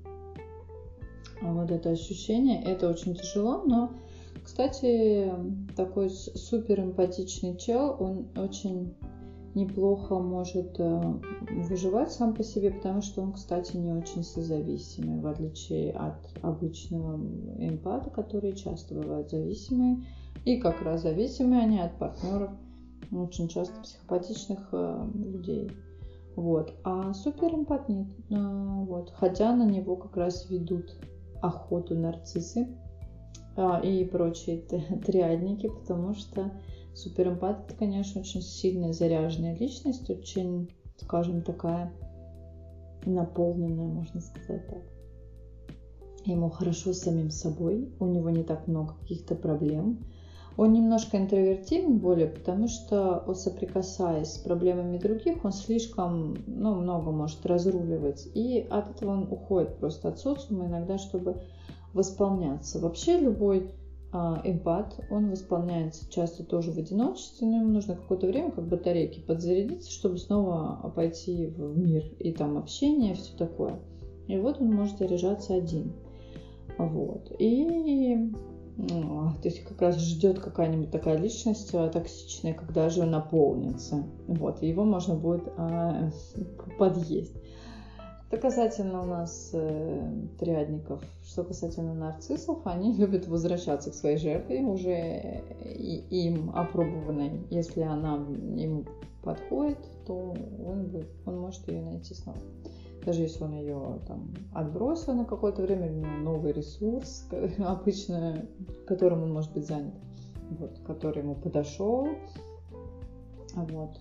А вот это ощущение, это очень тяжело, но, кстати, такой суперэмпатичный чел, он очень неплохо может выживать сам по себе, потому что он, кстати, не очень созависимый, в отличие от обычного эмпата, которые часто бывают зависимые. И как раз зависимые они от партнеров, очень часто психопатичных людей. Вот. А суперэмпат нет. Вот. Хотя на него как раз ведут охоту нарциссы и прочие триадники, потому что суперэмпат — это, конечно, очень сильная заряженная личность, очень, скажем, такая наполненная, можно сказать так. Ему хорошо с самим собой, у него не так много каких-то проблем. Он немножко интровертивен более, потому что, соприкасаясь с проблемами других, он слишком много может разруливать. И от этого он уходит просто от социума иногда, чтобы восполняться. Вообще любой эмпат, он восполняется часто тоже в одиночестве, но ему нужно какое-то время, как батарейки, подзарядиться, чтобы снова пойти в мир. И там общение, все такое. И вот он может заряжаться один. Вот. И то есть как раз ждет какая-нибудь такая личность токсичная, когда же наполнится. Вот, и его можно будет подъесть. Что касательно у нас триадников, что касательно нарциссов, они любят возвращаться к своей жертве, уже им опробованной. Если она ему подходит, то он может ее найти снова. Даже если он ее там отбросил на какое-то время, у него новый ресурс, обычно, которым он может быть занят, вот, который ему подошел. Вот.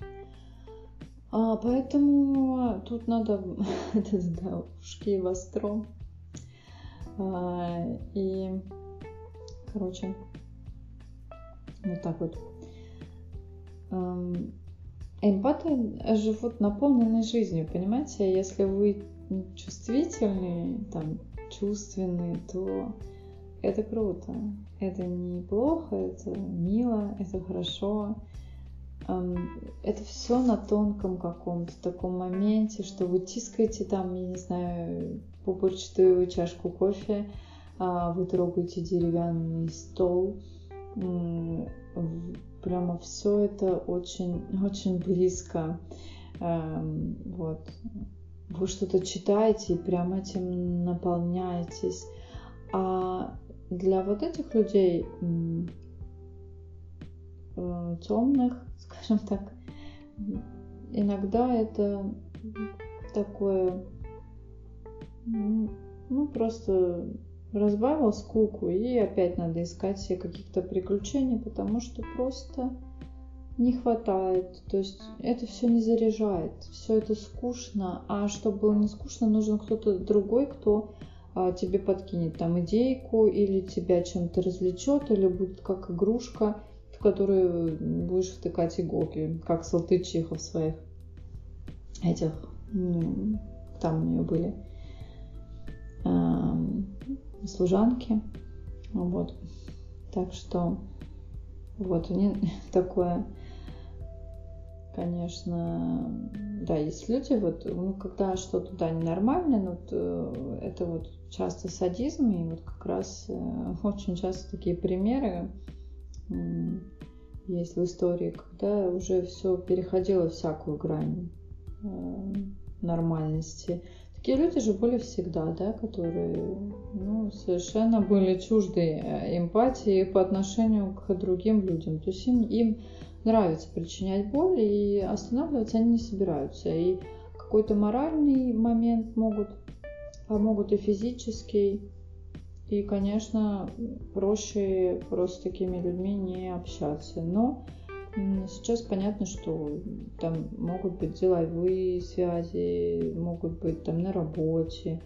Поэтому тут надо ушки востро. И, короче, вот так вот. эмпаты живут наполненной жизнью, понимаете? Если вы чувствительные, там, чувственные, то это круто. Это неплохо, это мило, это хорошо. Это все на тонком каком-то таком моменте, что вы тискаете там, я не знаю, пупырчатую чашку кофе, вы трогаете деревянный стол. Прямо все это очень, очень близко. Вот. Вы что-то читаете и прям этим наполняетесь. А для вот этих людей темных, скажем так, иногда это такое, просто разбавил скуку, и опять надо искать себе каких-то приключений, потому что просто не хватает. То есть это все не заряжает, все это скучно. А чтобы было не скучно, нужен кто-то другой, кто тебе подкинет там идейку, или тебя чем-то развлечет, или будет как игрушка, в которую будешь втыкать иголки, как Салтычиха в своих этих, там у нее были служанки, вот. Так что вот они такое, конечно, да, есть люди, вот, когда что-то, да, ненормально, вот, это вот часто садизм, и вот как раз очень часто такие примеры есть в истории, когда уже все переходило всякую грань нормальности. Такие люди же были всегда, да, которые совершенно были чужды эмпатии по отношению к другим людям. То есть им нравится причинять боль, и останавливаться они не собираются. И какой-то моральный момент помогут и физический. И, конечно, проще просто с такими людьми не общаться. Но сейчас понятно, что там могут быть деловые связи, могут быть там на работе,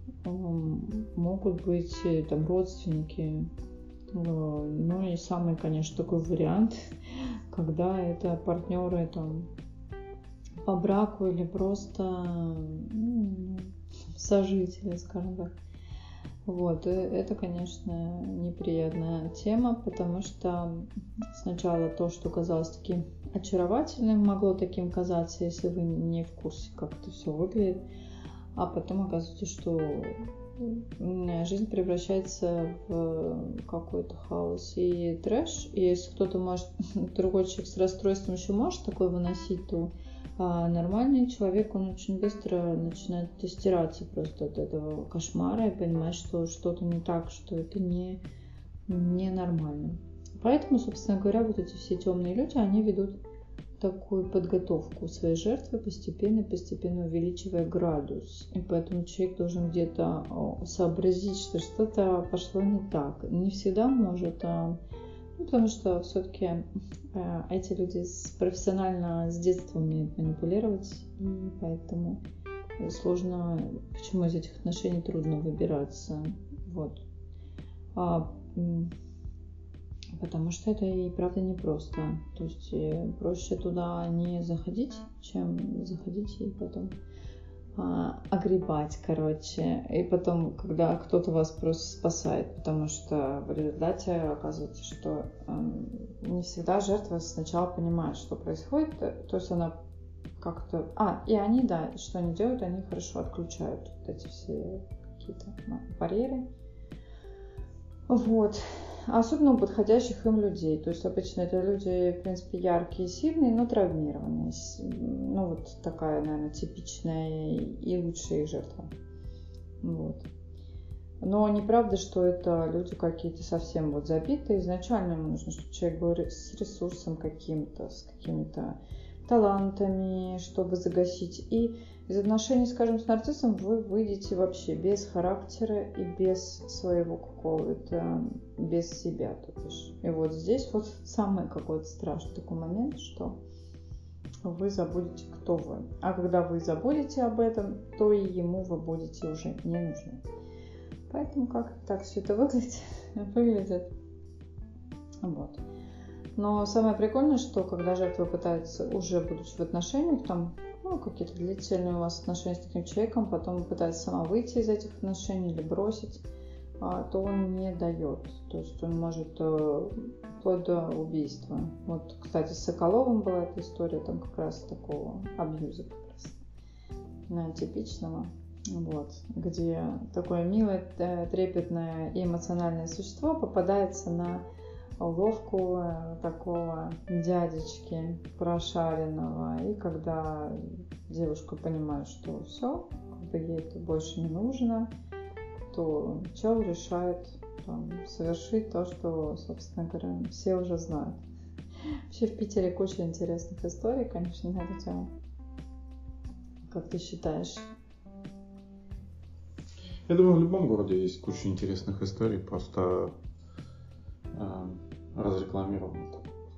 могут быть там родственники. Ну и самый, конечно, такой вариант, когда это партнеры там по браку или просто сожители, скажем так. Вот, это, конечно, неприятная тема, потому что сначала то, что казалось таким очаровательным, могло таким казаться, если вы не в курсе, как это все выглядит, а потом оказывается, что жизнь превращается в какой-то хаос и трэш, и если кто-то может, другой человек с расстройством еще может такое выносить, то нормальный человек, он очень быстро начинает стираться просто от этого кошмара и понимать, что что-то не так, что это не нормально. Поэтому, собственно говоря, вот эти все темные люди, они ведут такую подготовку своей жертвы, постепенно увеличивая градус. И поэтому человек должен где-то сообразить, что что-то пошло не так. Не всегда может, потому что все-таки эти люди профессионально с детства умеют манипулировать, и поэтому сложно, почему из этих отношений трудно выбираться. Вот. Потому что это и правда непросто. То есть проще туда не заходить, чем заходить и потом огребать, короче. И потом, когда кто-то вас просто спасает, потому что в результате оказывается, что не всегда жертва сначала понимает, что происходит. То есть она как-то... и они, да, что они делают, они хорошо отключают вот эти все какие-то барьеры. Вот. Особенно у подходящих им людей. То есть обычно это люди, в принципе, яркие, сильные, но травмированные. Ну, вот такая, наверное, типичная и лучшая их жертва. Вот. Но неправда, что это люди какие-то совсем вот забитые. Изначально ему нужно, чтобы человек был с ресурсом каким-то, с какими-то талантами, чтобы загасить. И из отношений, скажем, с нарциссом вы выйдете вообще без характера и без своего какого-то, без себя. То бишь. И вот здесь вот самый какой-то страшный такой момент, что вы забудете, кто вы. А когда вы забудете об этом, то и ему вы будете уже не нужны. Поэтому как так все это выглядит. Вот. Но самое прикольное, что когда жертва пытается, уже будучи в отношениях, там, какие-то длительные у вас отношения с таким человеком, потом пытается сама выйти из этих отношений или бросить, то он не дает. То есть он может вплоть до убийства. Вот, кстати, с Соколовым была эта история, там как раз такого абьюза как раз, типичного. Вот, где такое милое, трепетное и эмоциональное существо попадается на уловку такого дядечки прошаренного. И когда девушка понимает, что все, ей это больше не нужно, то чел решает совершить то, что, собственно говоря, все уже знают. Вообще в Питере куча интересных историй, конечно, на эту тему. Как ты считаешь? Я думаю, в любом городе есть куча интересных историй, просто разрекламировано.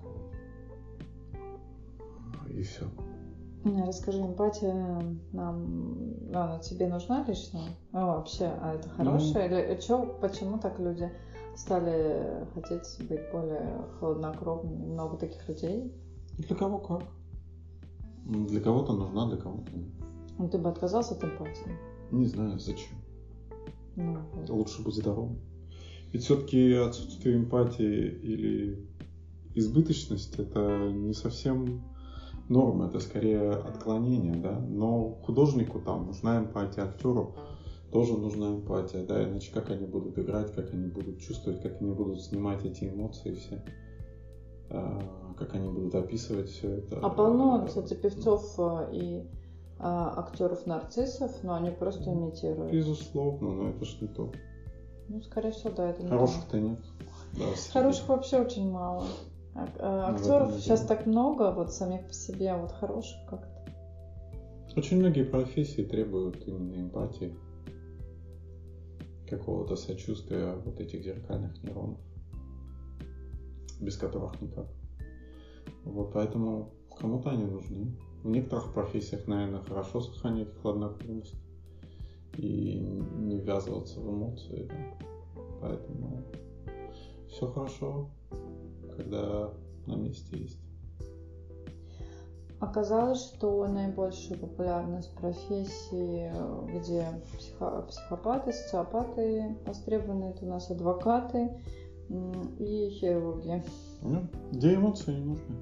И все. Расскажи, эмпатия тебе нужна лично? Вообще, это хорошее? Или почему так люди стали хотеть быть более хладнокровными? Много таких людей? Для кого как. Для кого-то нужна, для кого-то нет. Ты бы отказался от эмпатии? Не знаю, зачем. Вот. Лучше быть здоровым. Ведь все-таки отсутствие эмпатии или избыточность — это не совсем норма, это скорее отклонение, да. Но художнику там нужна эмпатия, актеру тоже нужна эмпатия, да, иначе как они будут играть, как они будут чувствовать, как они будут снимать эти эмоции все, как они будут описывать все это. А полно, кстати, певцов и актеров-нарциссов, но они просто имитируют. Безусловно, но это ж не то. Скорее всего, да, это не то. Хороших-то нет. Да, хороших вообще очень мало. Актеров сейчас так много, вот самих по себе, вот хороших как-то. Очень многие профессии требуют именно эмпатии, какого-то сочувствия вот этих зеркальных нейронов, без которых никак. Вот поэтому кому-то они нужны. В некоторых профессиях, наверное, хорошо сохранять хладнокровность и не ввязываться в эмоции. Да. Поэтому все хорошо, когда на месте есть. Оказалось, что наибольшую популярность профессий, где психопаты, социопаты востребованы, это у нас адвокаты и хирурги. Где эмоции не нужны.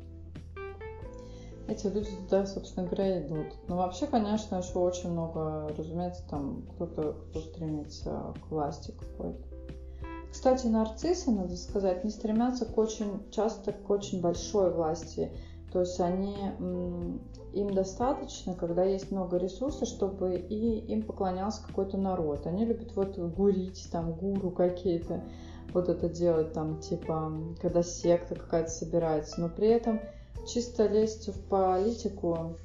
Эти люди туда, собственно говоря, идут. Но вообще, конечно, еще очень много, разумеется, там кто стремится к власти какой-то. Кстати, нарциссы, надо сказать, не стремятся очень часто к очень большой власти. То есть им достаточно, когда есть много ресурсов, чтобы и им поклонялся какой-то народ. Они любят гурить, там, гуру какие-то, вот это делать, там, типа, когда секта какая-то собирается. Но при этом чисто лезть в политику,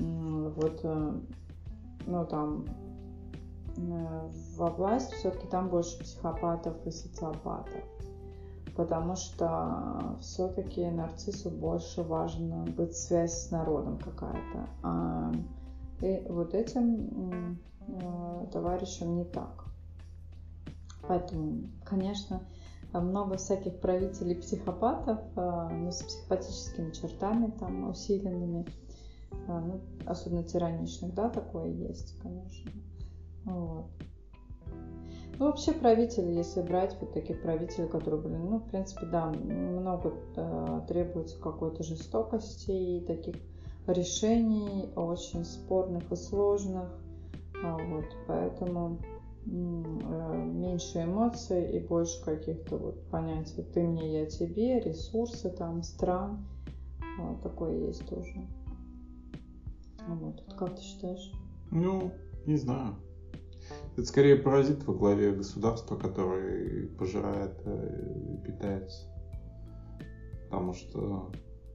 во власть, все-таки там больше психопатов и социопатов. Потому что все-таки нарциссу больше важно быть связь с народом какая-то. И вот этим товарищам не так. Поэтому, конечно, много всяких правителей психопатов, с психопатическими чертами там усиленными, особенно тираничных, да, такое есть, конечно. Вот. Вообще правители, если брать вот таких правителей, которые были, в принципе, да, много требуется какой-то жестокости и таких решений очень спорных и сложных, поэтому меньше эмоций и больше каких-то понятий «ты мне, я тебе», ресурсы там, стран, такое есть тоже. Как ты считаешь? Не знаю. Это скорее паразит во главе государства, который пожирает и питается. Потому что,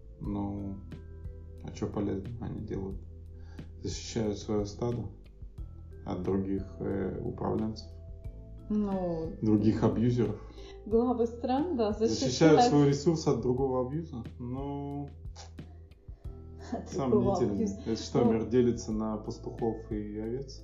а что полезно они делают? Защищают свое стадо от других управленцев, других абьюзеров. Главы стран, да, защищают свой ресурс от другого абьюза. Сомнительно. Это что, мир делится на пастухов и овец?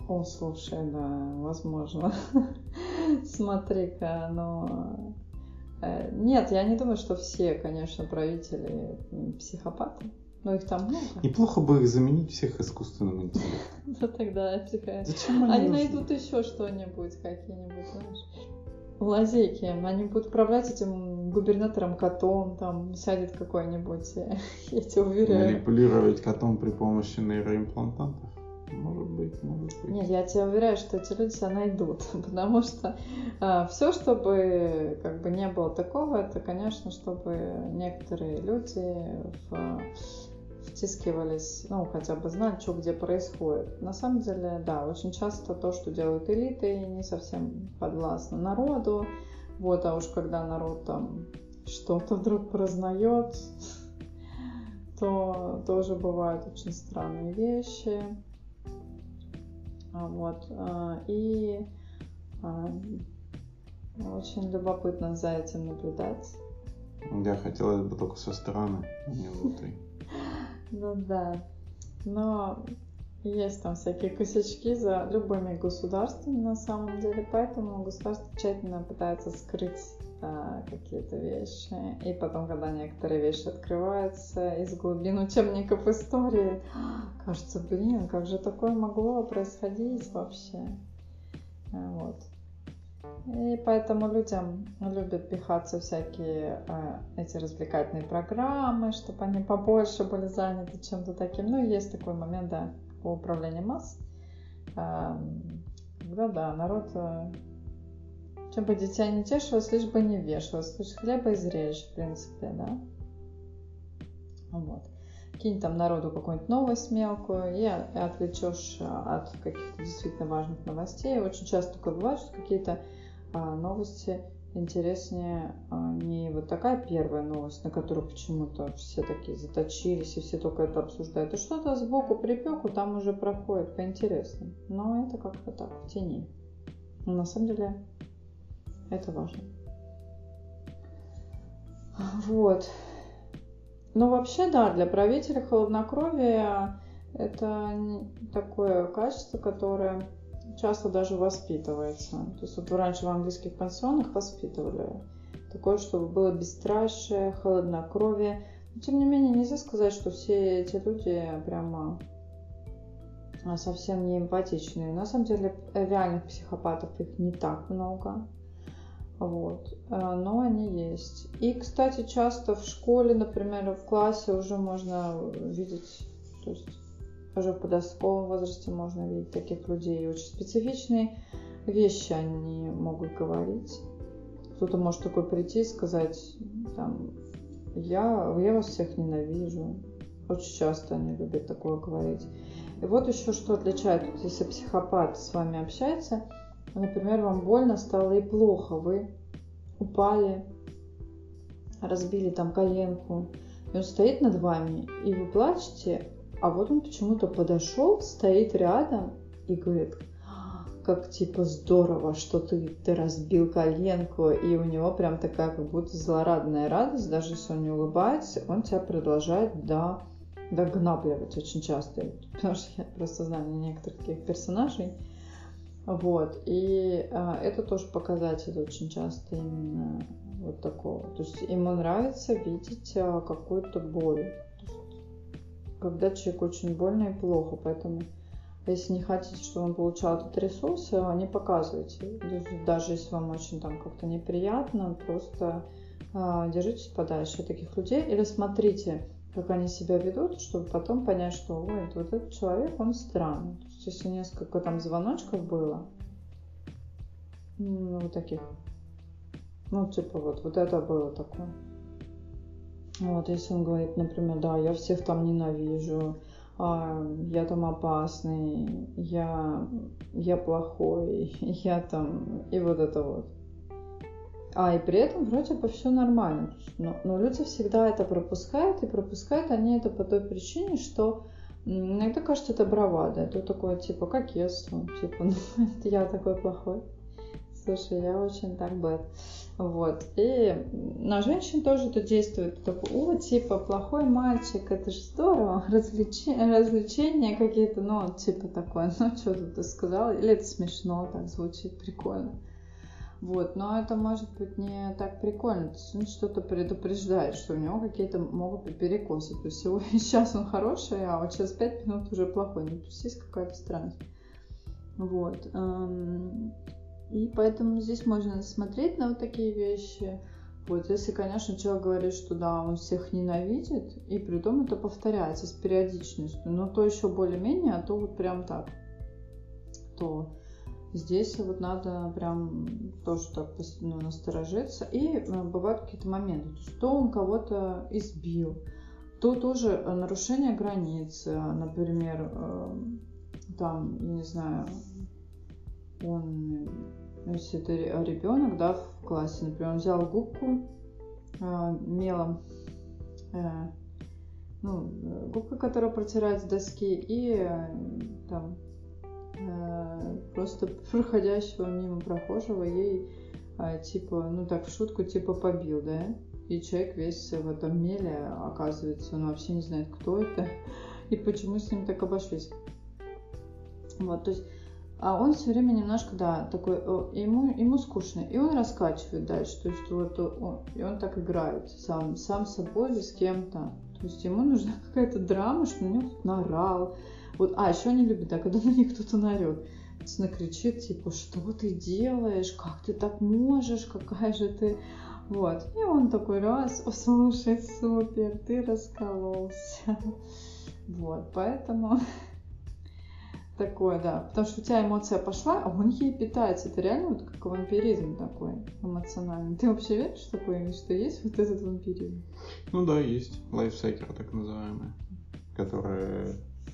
Слушай, да, возможно. Смотри-ка, Нет, я не думаю, что все, конечно, правители психопаты. Но их там много. Неплохо бы их заменить всех искусственным интеллектом. Ну тогда психопаты. Зачем они найдут еще что-нибудь, какие-нибудь, знаешь, лазейки. Они будут управлять этим губернатором котом, там сядет какой-нибудь, я тебе уверяю. Манипулировать котом при помощи нейроимплантантов? Может быть. Нет, я тебе уверяю, что эти люди себя найдут, потому что все, чтобы как бы не было такого, это, конечно, чтобы некоторые люди втискивались, ну, хотя бы знали, что где происходит. На самом деле, да, очень часто то, что делают элиты, не совсем подвластно народу. Вот, а уж когда народ там что-то вдруг прознает, то тоже бывают очень странные вещи. Вот. И очень любопытно за этим наблюдать. Я хотелось бы только со стороны, а не внутри. Ну да. Но есть там всякие косячки за любыми государствами на самом деле, поэтому государство тщательно пытается скрыть какие-то вещи. И потом, когда некоторые вещи открываются из глубин учебников истории, кажется, блин, как же такое могло происходить вообще? Вот. И поэтому людям любят пихаться всякие эти развлекательные программы, чтобы они побольше были заняты чем-то таким. Ну, есть такой момент, да, по управлению масс. Когда, да, народ... Чем бы дитя не тешилось, лишь бы не вешалось. Лишь хлеба изрежешь, в принципе, да. Вот. Кинь там народу какую-нибудь новость мелкую и отвлечешь от каких-то действительно важных новостей. Очень часто такое бывает, что какие-то новости интереснее не вот такая первая новость, на которую почему-то все такие заточились и все только это обсуждают. И что-то сбоку припеку там уже проходит поинтересно. Но это как-то так, в тени. Но на самом деле это важно. Вот. Ну, вообще, да, для правителя хладнокровие это такое качество, которое часто даже воспитывается. То есть вот раньше в английских пансионах воспитывали такое, чтобы было бесстрашие, хладнокровие. Но, тем не менее, нельзя сказать, что все эти люди прямо совсем не эмпатичные. На самом деле, реальных психопатов их не так много. Вот. Но они есть. И, кстати, часто в школе, например, в классе уже можно видеть, то есть уже в подростковом возрасте можно видеть таких людей. Очень специфичные вещи они могут говорить. Кто-то может такой прийти и сказать, там, я вас всех ненавижу. Очень часто они любят такое говорить. И вот еще что отличает, если психопат с вами общается, например, вам больно стало и плохо, вы упали, разбили там коленку, и он стоит над вами, и вы плачете, а вот он почему-то подошел, стоит рядом и говорит, как типа здорово, что ты разбил коленку, и у него прям такая как будто злорадная радость, даже если он не улыбается, он тебя продолжает догнабливать очень часто, потому что я просто знаю некоторых таких персонажей. Вот, и это тоже показатель очень часто именно вот такого. То есть ему нравится видеть какую-то боль. Когда человеку очень больно и плохо, поэтому если не хотите, чтобы он получал этот ресурс, не показывайте. Даже если вам очень там как-то неприятно, просто держитесь подальше от таких людей или смотрите, как они себя ведут, чтобы потом понять, что ой, вот этот человек, он странный. То есть, если несколько там звоночков было, вот таких, ну, типа вот это было такое. Вот, если он говорит, например, да, я всех там ненавижу, я там опасный, я плохой, я там, и вот это вот. И при этом вроде бы все нормально. Но люди всегда это пропускают, и пропускают они это по той причине, что иногда кажется, это бравада. Это такое, типа, кокетство. Типа, ну, я такой плохой. Слушай, я очень так bad. Вот. И на женщин тоже это действует. Такой, типа, плохой мальчик, это же здорово. Развлечения какие-то, ну, типа такое. Ну, что ты сказал? Или это смешно, так звучит, прикольно. Вот, но это может быть не так прикольно. То есть он что-то предупреждает, что у него какие-то могут быть перекосы. То есть сейчас он хороший, а вот через 5 минут уже плохой. Ну, то есть есть какая-то странность. Вот. И поэтому здесь можно смотреть на вот такие вещи. Вот, если, конечно, человек говорит, что да, он всех ненавидит, и при том это повторяется с периодичностью, но то еще более-менее, а то вот прям так, то здесь вот надо прям тоже так насторожиться. И бывают какие-то моменты, то есть то он кого-то избил, то тоже нарушение границ, например, там, я не знаю, он, если это ребенок, да, в классе, например, он взял губку мелом, губка, которая протирает с доски, и там просто проходящего мимо прохожего ей типа, ну так в шутку, типа побил, да, и человек весь в этом меле, оказывается, он вообще не знает, кто это и почему с ним так обошлись. Вот, то есть, а он все время немножко, да, такой, ему скучно, и он раскачивает дальше, то есть вот и он так играет сам собой или с кем-то, то есть ему нужна какая-то драма, что на него кто-то наорал. Вот, еще они любят, да, когда на них кто-то наорет, накричит, типа, что ты делаешь, как ты так можешь, какая же ты, вот, и он такой раз, слушай, супер, ты раскололся, вот, поэтому такое, да, потому что у тебя эмоция пошла, а он ей питается, это реально вот как вампиризм такой эмоциональный. Ты вообще веришь в такое, что есть вот этот вампиризм? Ну да, есть лайфсекеры так называемые, которые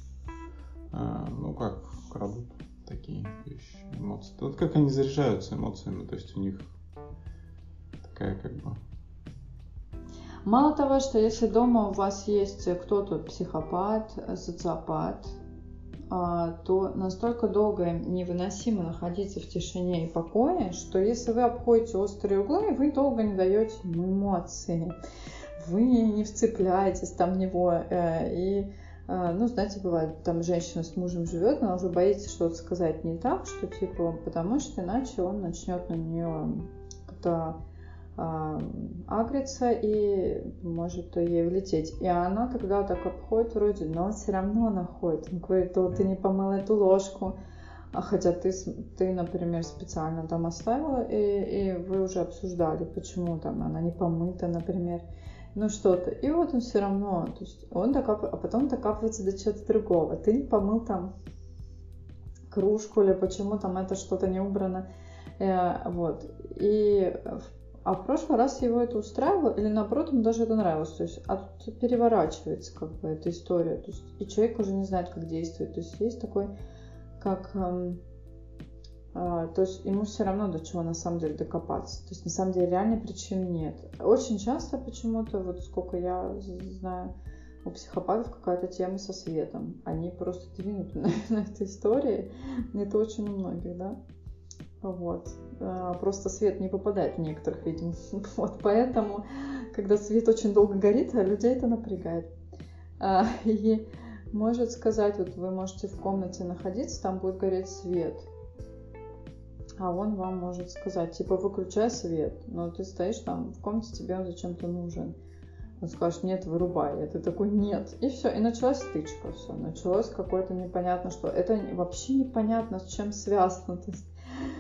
как крадут такие вещи, эмоции. Вот как они заряжаются эмоциями, то есть у них такая как бы... Мало того, что если дома у вас есть кто-то психопат, социопат, то настолько долго невыносимо находиться в тишине и покое, что если вы обходите острые углы, вы долго не даете ему эмоции, вы не вцепляетесь там в него и... Ну, знаете, бывает, там женщина с мужем живет, она уже боится что-то сказать не так, что типа, потому что иначе он начнет на нее как-то агриться и может ей влететь. И она тогда так обходит вроде, но все равно находит. Он говорит, ты не помыла эту ложку, хотя ты, например, специально там оставила, и вы уже обсуждали, почему там она не помыта, например. Ну что-то. И вот он все равно, то есть он а потом докапывается до чего-то другого. Ты не помыл там кружку, или почему там это что-то не убрано. Вот. А в прошлый раз его это устраивало, или наоборот, ему даже это нравилось. То есть, тут переворачивается как бы эта история. То есть, и человек уже не знает, как действовать. То есть есть такой, как... то есть ему все равно до чего на самом деле докопаться. То есть на самом деле реальной причины нет. Очень часто почему-то, вот сколько я знаю, у психопатов какая-то тема со светом. Они просто двинуты на этой истории. Это очень у многих, да? Вот. Просто свет не попадает в некоторых, видимо. Вот. Поэтому, когда свет очень долго горит, людей это напрягает. И может сказать, вот вы можете в комнате находиться, там будет гореть свет. А он вам может сказать, типа, выключай свет, но ты стоишь там в комнате, тебе он зачем-то нужен. Он скажет, нет, вырубай. И ты такой, нет. И все, и началась стычка, все. Началось какое-то непонятно что. Это вообще непонятно, с чем связано. То есть,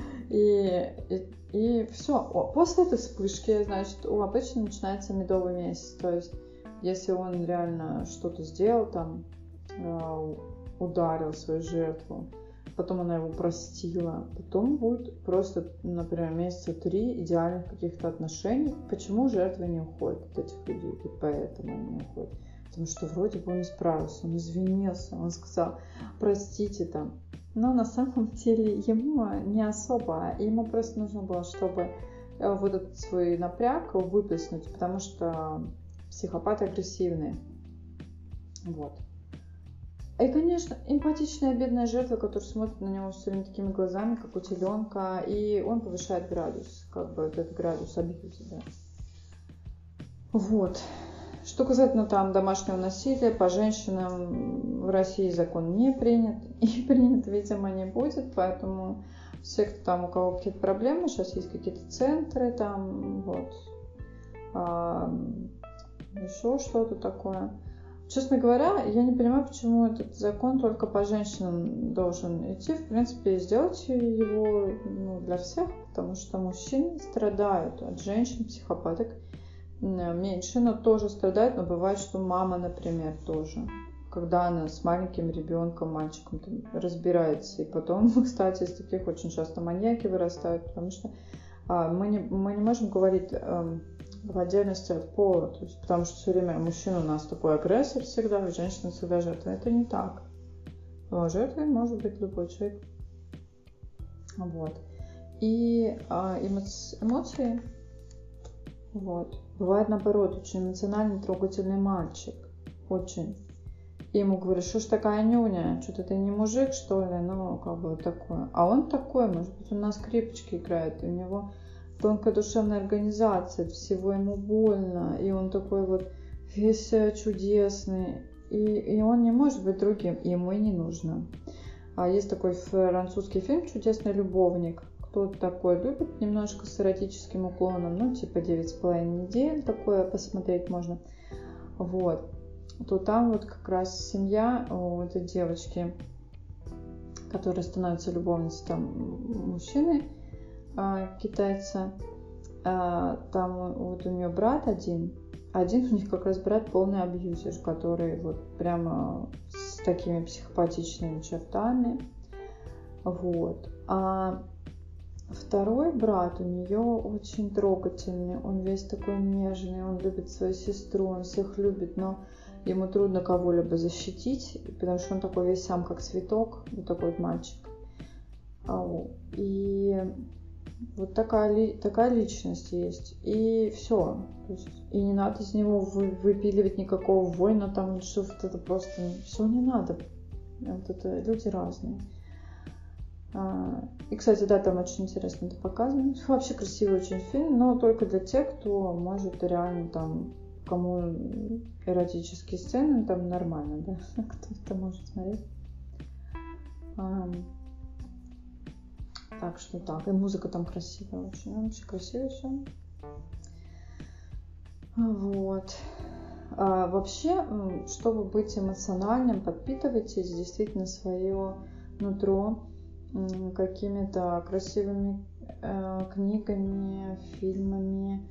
и все. После этой вспышки, значит, обычно начинается медовый месяц. То есть, если он реально что-то сделал, там, ударил свою жертву, потом она его простила, потом будет просто, например, месяца 3 идеальных каких-то отношений. Почему жертвы не уходят от этих людей? И поэтому они не уходят. Потому что вроде бы он исправился, он извинился, он сказал, простите там. Но на самом деле ему не особо, ему просто нужно было, чтобы вот этот свой напряг выплеснуть, потому что психопаты агрессивные. Вот. И, конечно, эмпатичная бедная жертва, которая смотрит на него все время такими глазами, как у теленка, и он повышает градус, как бы этот градус абьюза, да. Вот. Что касательно там домашнего насилия, по женщинам в России закон не принят, и принят, видимо, не будет, поэтому все, кто там, у кого какие-то проблемы, сейчас есть какие-то центры там, вот, еще что-то такое. Честно говоря, я не понимаю, почему этот закон только по женщинам должен идти. В принципе, сделайте его для всех, потому что мужчины страдают от женщин, психопаток меньше, но тоже страдают. Но бывает, что мама, например, тоже, когда она с маленьким ребенком, мальчиком там разбирается. И потом, кстати, из таких очень часто маньяки вырастают, потому что мы не можем говорить в отдельности от пола, то есть, потому что все время мужчина у нас такой агрессор всегда, а женщина всегда жертва. Это не так. Но жертвой может быть любой человек. Вот. И эмоции, вот. Бывает наоборот, очень эмоциональный, трогательный мальчик. Очень. И ему говорят, что ж такая нюня, что-то ты не мужик, что ли, ну, как бы вот такое. А он такой, может быть, он на скрипочке играет, и у него тонкая душевная организация, всего ему больно, и он такой вот весь чудесный, и он не может быть другим, и ему и не нужно. А есть такой французский фильм «Чудесный любовник». Кто-то такой любит, немножко с эротическим уклоном, ну, типа 9,5 недель, такое посмотреть можно. Вот. То там вот как раз семья у этой девочки, которая становится любовницей там мужчины, китайца, там вот у нее брат один у них как раз брат полный абьюзер, который вот прямо с такими психопатичными чертами, вот. А второй брат у нее очень трогательный, он весь такой нежный, он любит свою сестру, он всех любит, но ему трудно кого-либо защитить, потому что он такой весь сам как цветок, вот такой вот мальчик. И вот такая личность есть. И все. И не надо из него выпиливать никакого воина, там что-то, это просто все не надо. Вот это люди разные. И, кстати, да, там очень интересно это показано. Вообще красивый очень фильм, но только для тех, кто может реально там, кому эротические сцены, там нормально, да, кто это может смотреть. Так что так, и музыка там красивая очень, вообще красиво все. Вот. Вообще, чтобы быть эмоциональным, подпитывайтесь действительно свое нутро какими-то красивыми книгами, фильмами,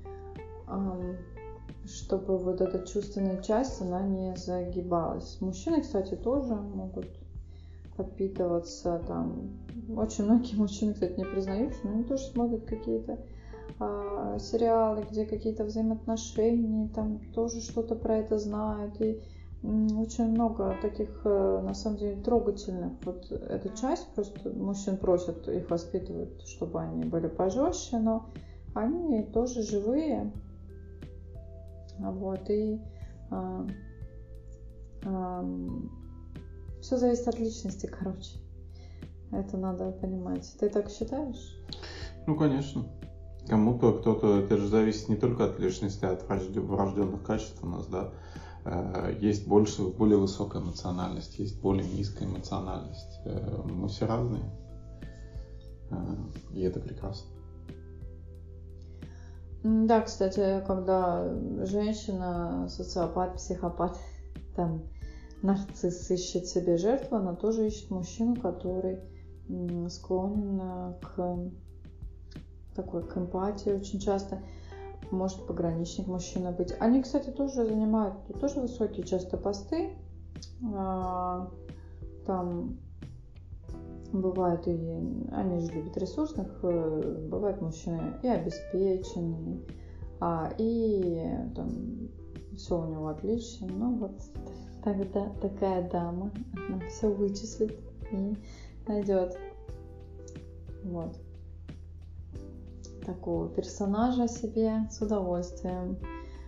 чтобы вот эта чувственная часть, она не загибалась. Мужчины, кстати, тоже могут подпитываться там. Очень многие мужчины, кстати, не признаются, но они тоже смотрят какие-то сериалы, где какие-то взаимоотношения, там тоже что-то про это знают. И очень много таких, на самом деле, трогательных. Вот эта часть, просто мужчин просят, их воспитывают, чтобы они были пожестче, но они тоже живые. Вот, и все зависит от личности, короче. Это надо понимать. Ты так считаешь? Ну, конечно. Кто-то, это же зависит не только от личности, а от врожденных качеств у нас, да. Есть более высокая эмоциональность, есть более низкая эмоциональность. Мы все разные. И это прекрасно. Да, кстати, когда женщина, социопат, психопат, там, нарцисс ищет себе жертву, она тоже ищет мужчину, который склонен к эмпатии очень часто. Может пограничник мужчина быть. Они, кстати, тоже занимают тоже высокие часто посты. Там бывают и они же любят ресурсных, бывают мужчины и обеспеченные, и там все у него отлично. Ну вот тогда такая дама, она все вычислит и найдет. Вот. Такого персонажа себе с удовольствием.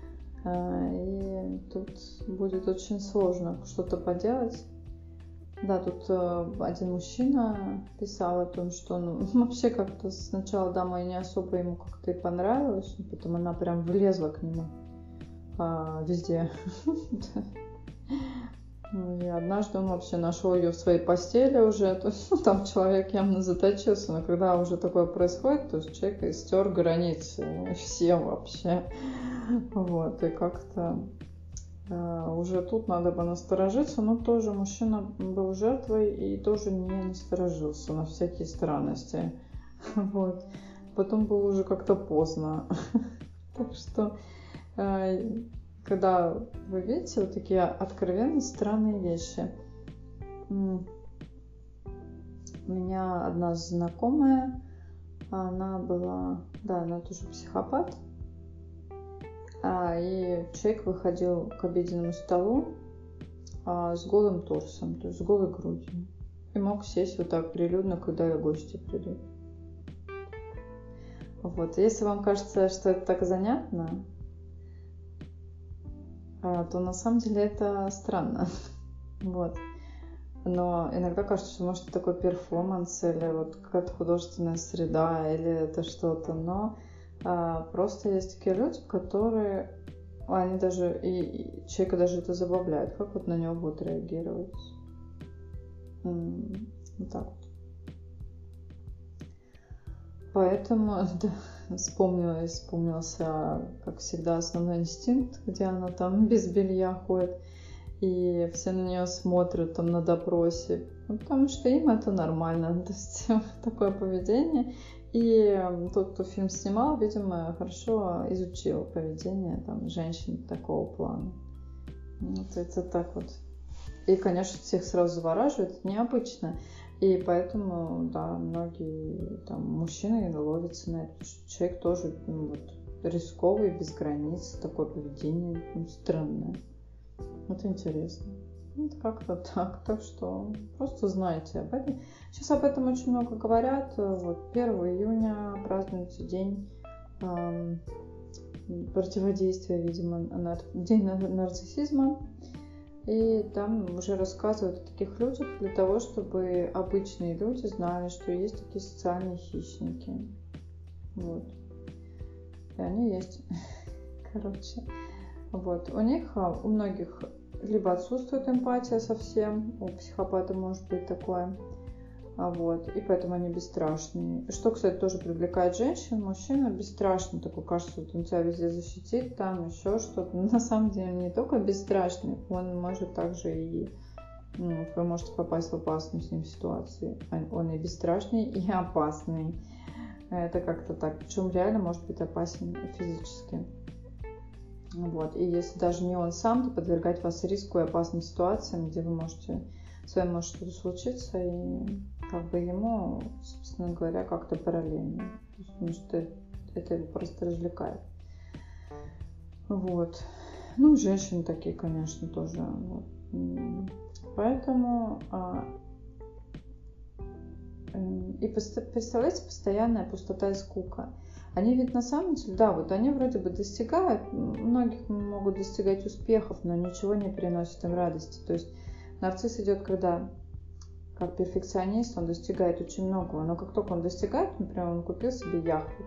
И тут будет очень сложно что-то поделать. Да, тут один мужчина писал о том, что вообще как-то сначала дама не особо ему как-то и понравилась, но потом она прям влезла к нему везде. И однажды он вообще нашел ее в своей постели уже, то есть там человек явно заточился, но когда уже такое происходит, то есть человек истер границы всем вообще. Вот, и как-то уже тут надо бы насторожиться, но тоже мужчина был жертвой и тоже не насторожился на всякие странности. Вот. Потом было уже как-то поздно. Так что, когда вы видите вот такие откровенно странные вещи. У меня одна знакомая, она была, да, она тоже психопат. И человек выходил к обеденному столу с голым торсом, то есть с голой грудью. И мог сесть вот так прилюдно, когда гости придут. Вот. Если вам кажется, что это так занятно, то на самом деле это странно. Вот. Но иногда кажется, что может это такой перформанс, или вот какая-то художественная среда, или это что-то. Но просто есть такие люди, которые, они даже, и человека даже это забавляет, как вот на него будут реагировать. Вот так вот. Поэтому, да, вспомнился, как всегда, основной инстинкт, где она там без белья ходит, и все на нее смотрят там на допросе, потому что им это нормально, то есть такое поведение. И тот, кто фильм снимал, видимо, хорошо изучил поведение там женщин такого плана. Вот это так вот. И, конечно, всех сразу завораживает, это необычно. И поэтому, да, многие там мужчины ловятся на это, потому что человек тоже вот, рисковый, без границ, такое поведение странное. Вот интересно. Вот как-то так. Так что просто знайте об этом. Сейчас об этом очень много говорят. Вот 1 июня празднуется день противодействия, видимо, день нарциссизма. И там уже рассказывают о таких людях для того, чтобы обычные люди знали, что есть такие социальные хищники. Вот. И они есть. Короче. Вот. У них, у многих либо отсутствует эмпатия совсем, у психопата может быть такое. Вот. И поэтому они бесстрашные. Что, кстати, тоже привлекает женщин. Мужчина бесстрашный, такой, кажется, вот он тебя везде защитит, там еще что-то. Но на самом деле он не только бесстрашный, он может также и... вы можете попасть в опасную с ним ситуацию. Он и бесстрашный, и опасный. Это как-то так. Причем реально может быть опасен физически. Вот. И если даже не он сам, то подвергать вас риску и опасным ситуациям, где вы можете... с вами может что-то случиться, и как бы ему, собственно говоря, как-то параллельно. Потому что это его просто развлекает. Вот. Ну, и женщины такие, конечно, тоже. Вот. Поэтому... И представляете, постоянная пустота и скука. Они ведь на самом деле, да, вот они вроде бы достигают, многих могут достигать успехов, но ничего не приносит им радости. То есть нарцисс идет, когда как перфекционист, он достигает очень многого, но как только он достигает, например, он купил себе яхту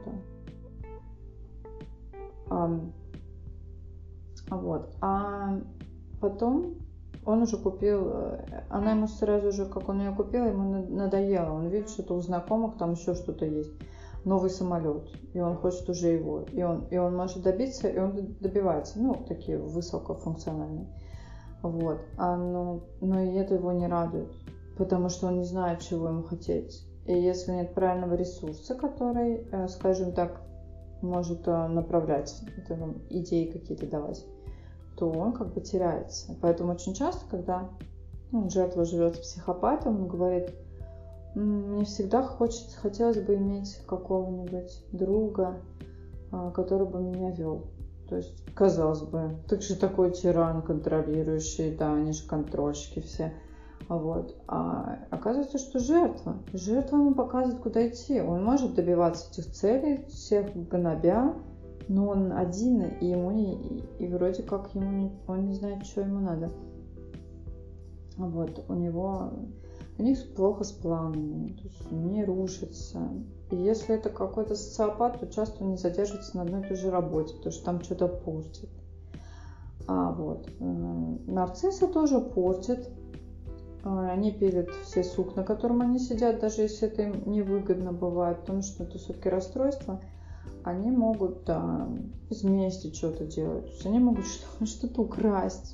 там, вот, а потом он уже купил, она ему сразу же, как он ее купил, ему надоело, он видит, что-то у знакомых там еще что-то есть, новый самолет, и он хочет уже его, и он может добиться, и он добивается, ну, такие высокофункциональные. Вот. Но и это его не радует, потому что он не знает, чего ему хотеть. И если нет правильного ресурса, который, скажем так, может направлять, идеи какие-то давать, то он как бы теряется. Поэтому очень часто, когда жертва живет с психопатом, он говорит: мне всегда хотелось бы иметь какого-нибудь друга, который бы меня вел. То есть, казалось бы, ты же такой тиран контролирующий, да, они же контрольщики все. Вот. А оказывается, что жертва ему показывает, куда идти. Он может добиваться этих целей, всех гнобя, но он один, и ему и вроде как он не знает, что ему надо. Вот. У них плохо с планами, то есть не рушится. И если это какой-то социопат, то часто он не задерживается на одной и той же работе, потому что там что-то портит. Нарциссы тоже портят. Они пилят все сукна, на котором они сидят, даже если это им невыгодно бывает, потому что это все-таки расстройство. Они могут из мести что-то делать. То есть они могут что-то украсть.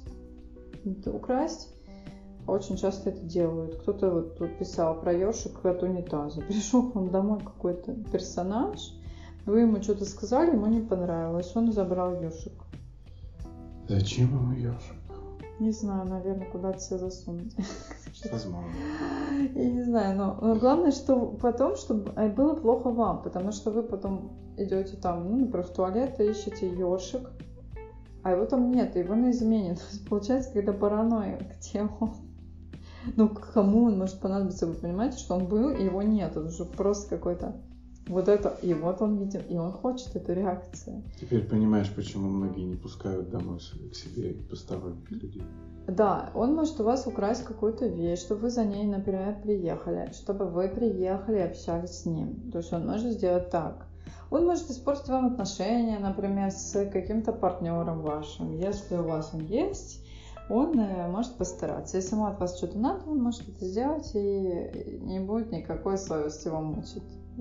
Очень часто это делают. Кто-то вот тут писал про ёршик от унитаза. Пришел к вам домой какой-то персонаж, вы ему что-то сказали, ему не понравилось, он забрал ёршик. Зачем ему ёршик? Не знаю, наверное, куда-то все засунуть. Возможно. Я не знаю, но главное, что потом, чтобы было плохо вам, потому что вы потом идете там, например, в туалет и ищете ёршик, а его там нет, и его на измене. То есть получается, когда паранойя, где он? Кому он может понадобиться, вы понимаете, что он был, и его нет, это уже просто какой-то вот это, и вот он видит, и он хочет эту реакцию. Теперь понимаешь, почему многие не пускают домой к себе посторонних людей. Да, он может у вас украсть какую-то вещь, чтобы вы за ней, например, приехали, чтобы вы приехали и общались с ним. То есть он может сделать так. Он может испортить вам отношения, например, с каким-то партнером вашим. Если у вас он есть, он может постараться. Если ему от вас что-то надо, он может это сделать, и не будет никакой совести вам мучить.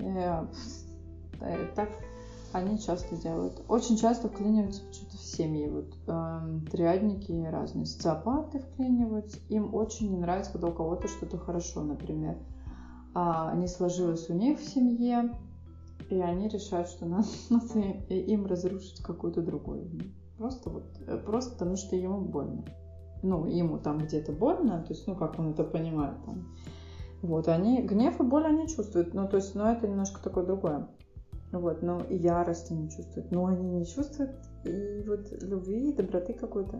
Так они часто делают. Очень часто вклиниваются почему-то в семьи. Триадники разные, социопаты вклиниваются. Им очень не нравится, когда у кого-то что-то хорошо, например. Не сложилось у них в семье, и они решают, что надо им разрушить какую-то другую. Просто потому что ему больно. Ему там где-то больно, то есть, как он это понимает там. Они гнев и боль они чувствуют, это немножко такое другое. И ярость они чувствуют, но они не чувствуют и любви, и доброты какой-то.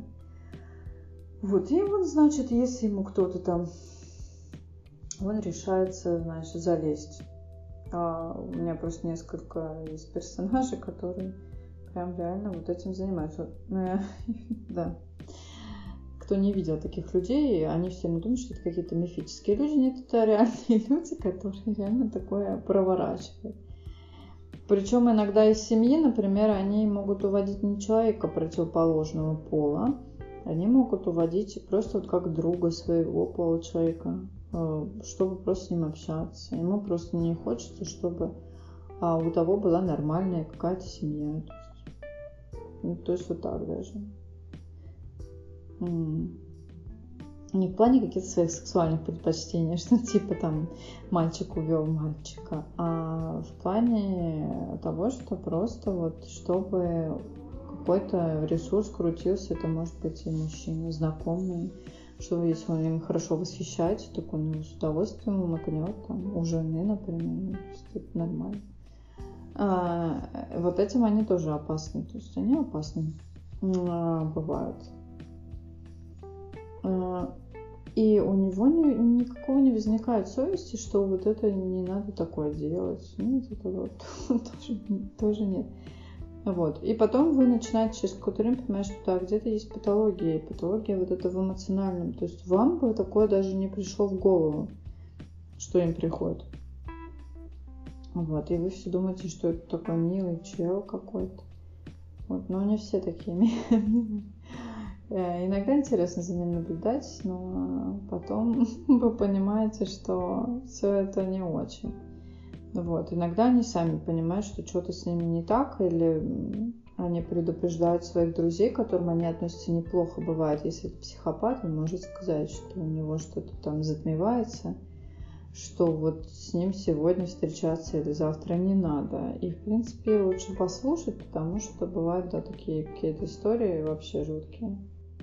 Значит, если ему кто-то там, он решается, залезть. У меня просто несколько есть персонажей, которые прям реально этим занимаются. Да. Кто не видел таких людей, они все думают, что это какие-то мифические люди. Нет, это реальные люди, которые реально такое проворачивают. Причем иногда из семьи, например, они могут уводить не человека противоположного пола, они могут уводить просто как друга своего пола человека, чтобы просто с ним общаться. Ему просто не хочется, чтобы у того была нормальная какая-то семья. То есть так даже. Не в плане каких-то своих сексуальных предпочтений, что типа там мальчик увел мальчика, а в плане того, что просто чтобы какой-то ресурс крутился, это может быть и мужчина, знакомый, что если он им хорошо восхищается, так он с удовольствием умыкнет у жены, например, то есть это нормально. Этим они тоже опасны, то есть они опасны бывают. И у него никакого не возникает совести, что это не надо такое делать. Это тоже нет. И потом вы начинаете через какое-то время понимать, что где-то есть патология. Патология это в эмоциональном. То есть вам бы такое даже не пришло в голову, что им приходит. И вы все думаете, что это такой милый чел какой-то. Но не все такие милые. Иногда интересно за ним наблюдать, но потом вы понимаете, что все это не очень. Иногда они сами понимают, что что-то с ними не так, или они предупреждают своих друзей, к которым они относятся неплохо. Бывает, если это психопат, он может сказать, что у него что-то там затмевается, что с ним сегодня встречаться или завтра не надо. И, в принципе, лучше послушать, потому что бывают, такие какие-то истории вообще жуткие.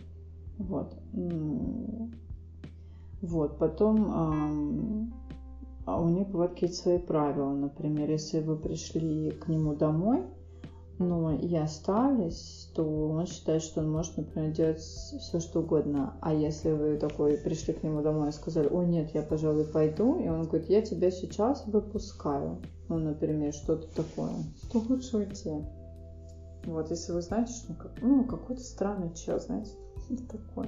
Потом у них бывают какие-то свои правила. Например, если вы пришли к нему домой, и остались, то он считает, что он может, например, делать все, что угодно. А если вы пришли к нему домой и сказали: ой, нет, я, пожалуй, пойду, и он говорит: я тебя сейчас выпускаю, например, что-то такое, то лучше уйти. Если вы знаете, что какой-то странный чел, знаете, такое.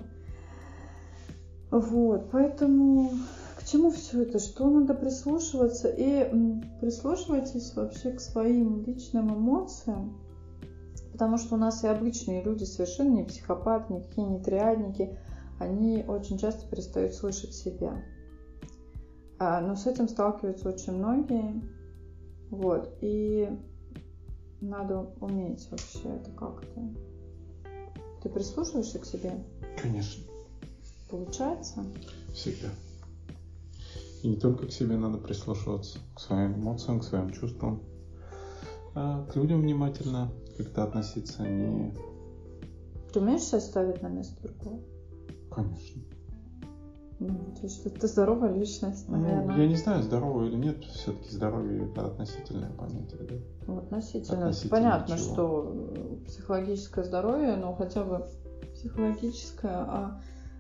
Поэтому к чему все это? Что надо прислушиваться? И прислушивайтесь вообще к своим личным эмоциям, Потому что у нас и обычные люди, совершенно не психопаты, никакие не триадники, они очень часто перестают слышать себя. Но с этим сталкиваются очень многие. Вот. И надо уметь вообще это как-то. Ты прислушиваешься к себе? Конечно. Получается? Всегда. И не только к себе надо прислушиваться, к своим эмоциям, к своим чувствам, а к людям внимательно как-то относиться. Не... Ты умеешь себя ставить на место другого? Конечно. То есть ты здоровая личность, наверное. Я не знаю, здоровая или нет. Все-таки здоровье — это относительное понятие, да? Относительно. Понятно, чего? Что психологическое здоровье, но хотя бы психологическое,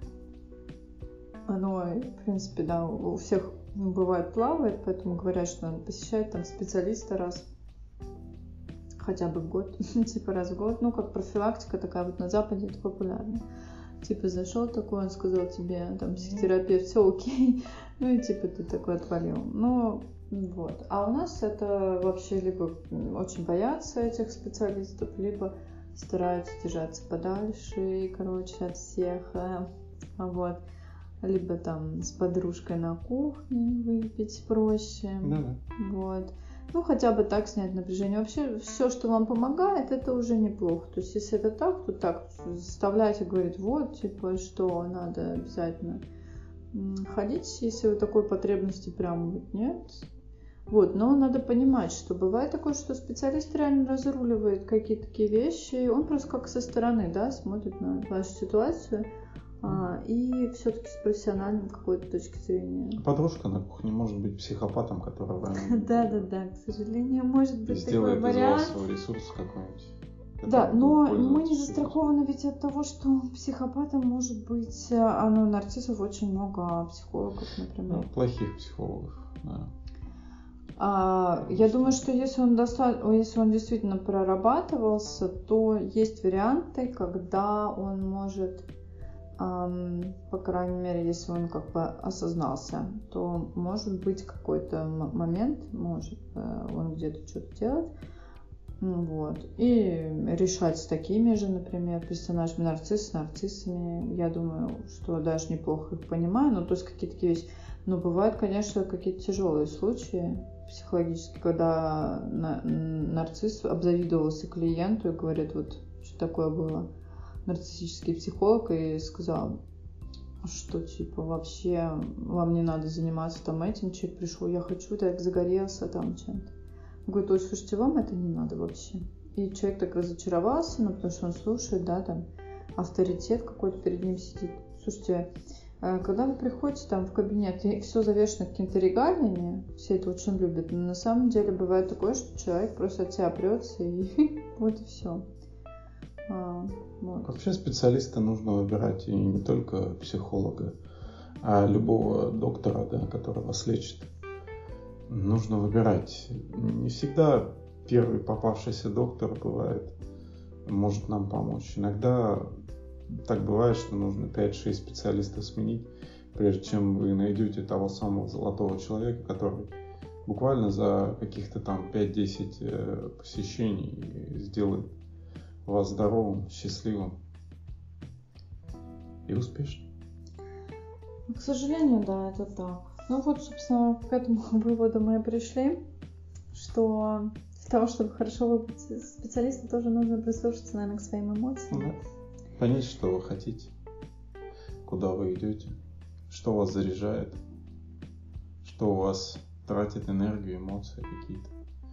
оно, в принципе, да, у всех бывает плавает, поэтому говорят, что надо посещать там специалиста хотя бы в год, типа раз в год, как профилактика такая вот на Западе это популярно. Типа зашел такой, он сказал тебе, там, психотерапевт, все окей, и типа ты такой отвалил. Вот. А у нас это вообще либо очень боятся этих специалистов, либо стараются держаться подальше, от всех, вот. Либо там с подружкой на кухне выпить проще. Да. Вот. Хотя бы так снять напряжение. Вообще, все, что вам помогает, это уже неплохо. То есть, если это так, то так. Заставляйте, говорит, что надо обязательно ходить, если у такой потребности прям нет. Вот, но надо понимать, что бывает такое, что специалист реально разруливает какие-то такие вещи, он просто как со стороны, да, смотрит на вашу ситуацию, и все-таки с профессиональной какой-то точки зрения. Подружка на кухне может быть психопатом, который вам... Да, к сожалению, может быть такой вариант. Сделает из вас свой ресурс какой-нибудь. Да, но мы не застрахованы ведь от того, что психопатом может быть, нарциссов очень много, психологов, например. Плохих психологов, да. Я думаю, что если он действительно прорабатывался, то есть варианты, когда он может, по крайней мере, если он как бы осознался, то может быть какой-то момент, он где-то что-то делать, вот, и решать с такими же, например, персонажами нарциссами. Я думаю, что даже неплохо их понимаю, то есть какие-то такие вещи. Но бывают, конечно, какие-то тяжелые случаи психологические, когда нарцисс обзавидовался клиенту и говорит, что такое было. Нарциссический психолог и сказал, что типа вообще вам не надо заниматься там этим, человек пришел, я хочу, так загорелся там чем-то. Говорит, ой, слушайте, вам это не надо вообще. И человек так разочаровался, потому что он слушает, да, там авторитет какой-то перед ним сидит. Слушайте, когда вы приходите там в кабинет, и все завешено какими-то регалиями, все это очень любят, но на самом деле бывает такое, что человек просто от тебя прется, и вот и все. Вот. Вообще специалиста нужно выбирать, и не только психолога, а любого доктора, да, который вас лечит. Нужно выбирать. Не всегда первый попавшийся доктор может нам помочь. Иногда так бывает, что нужно 5-6 специалистов сменить, прежде чем вы найдете того самого золотого человека, который буквально за каких-то там 5-10 посещений сделает вас здоровым, счастливым и успешным. К сожалению, да, это так. Собственно, к этому выводу мы и пришли, что для того, чтобы хорошо выбрать специалиста, тоже нужно прислушаться, наверное, к своим эмоциям. Да. Понять, что вы хотите, куда вы идете, что вас заряжает, что у вас тратит энергию, эмоции какие-то.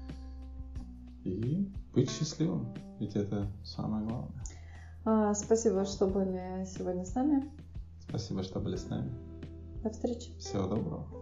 И быть счастливым, ведь это самое главное. Спасибо, что были сегодня с нами. Спасибо, что были с нами. До встречи. Всего доброго.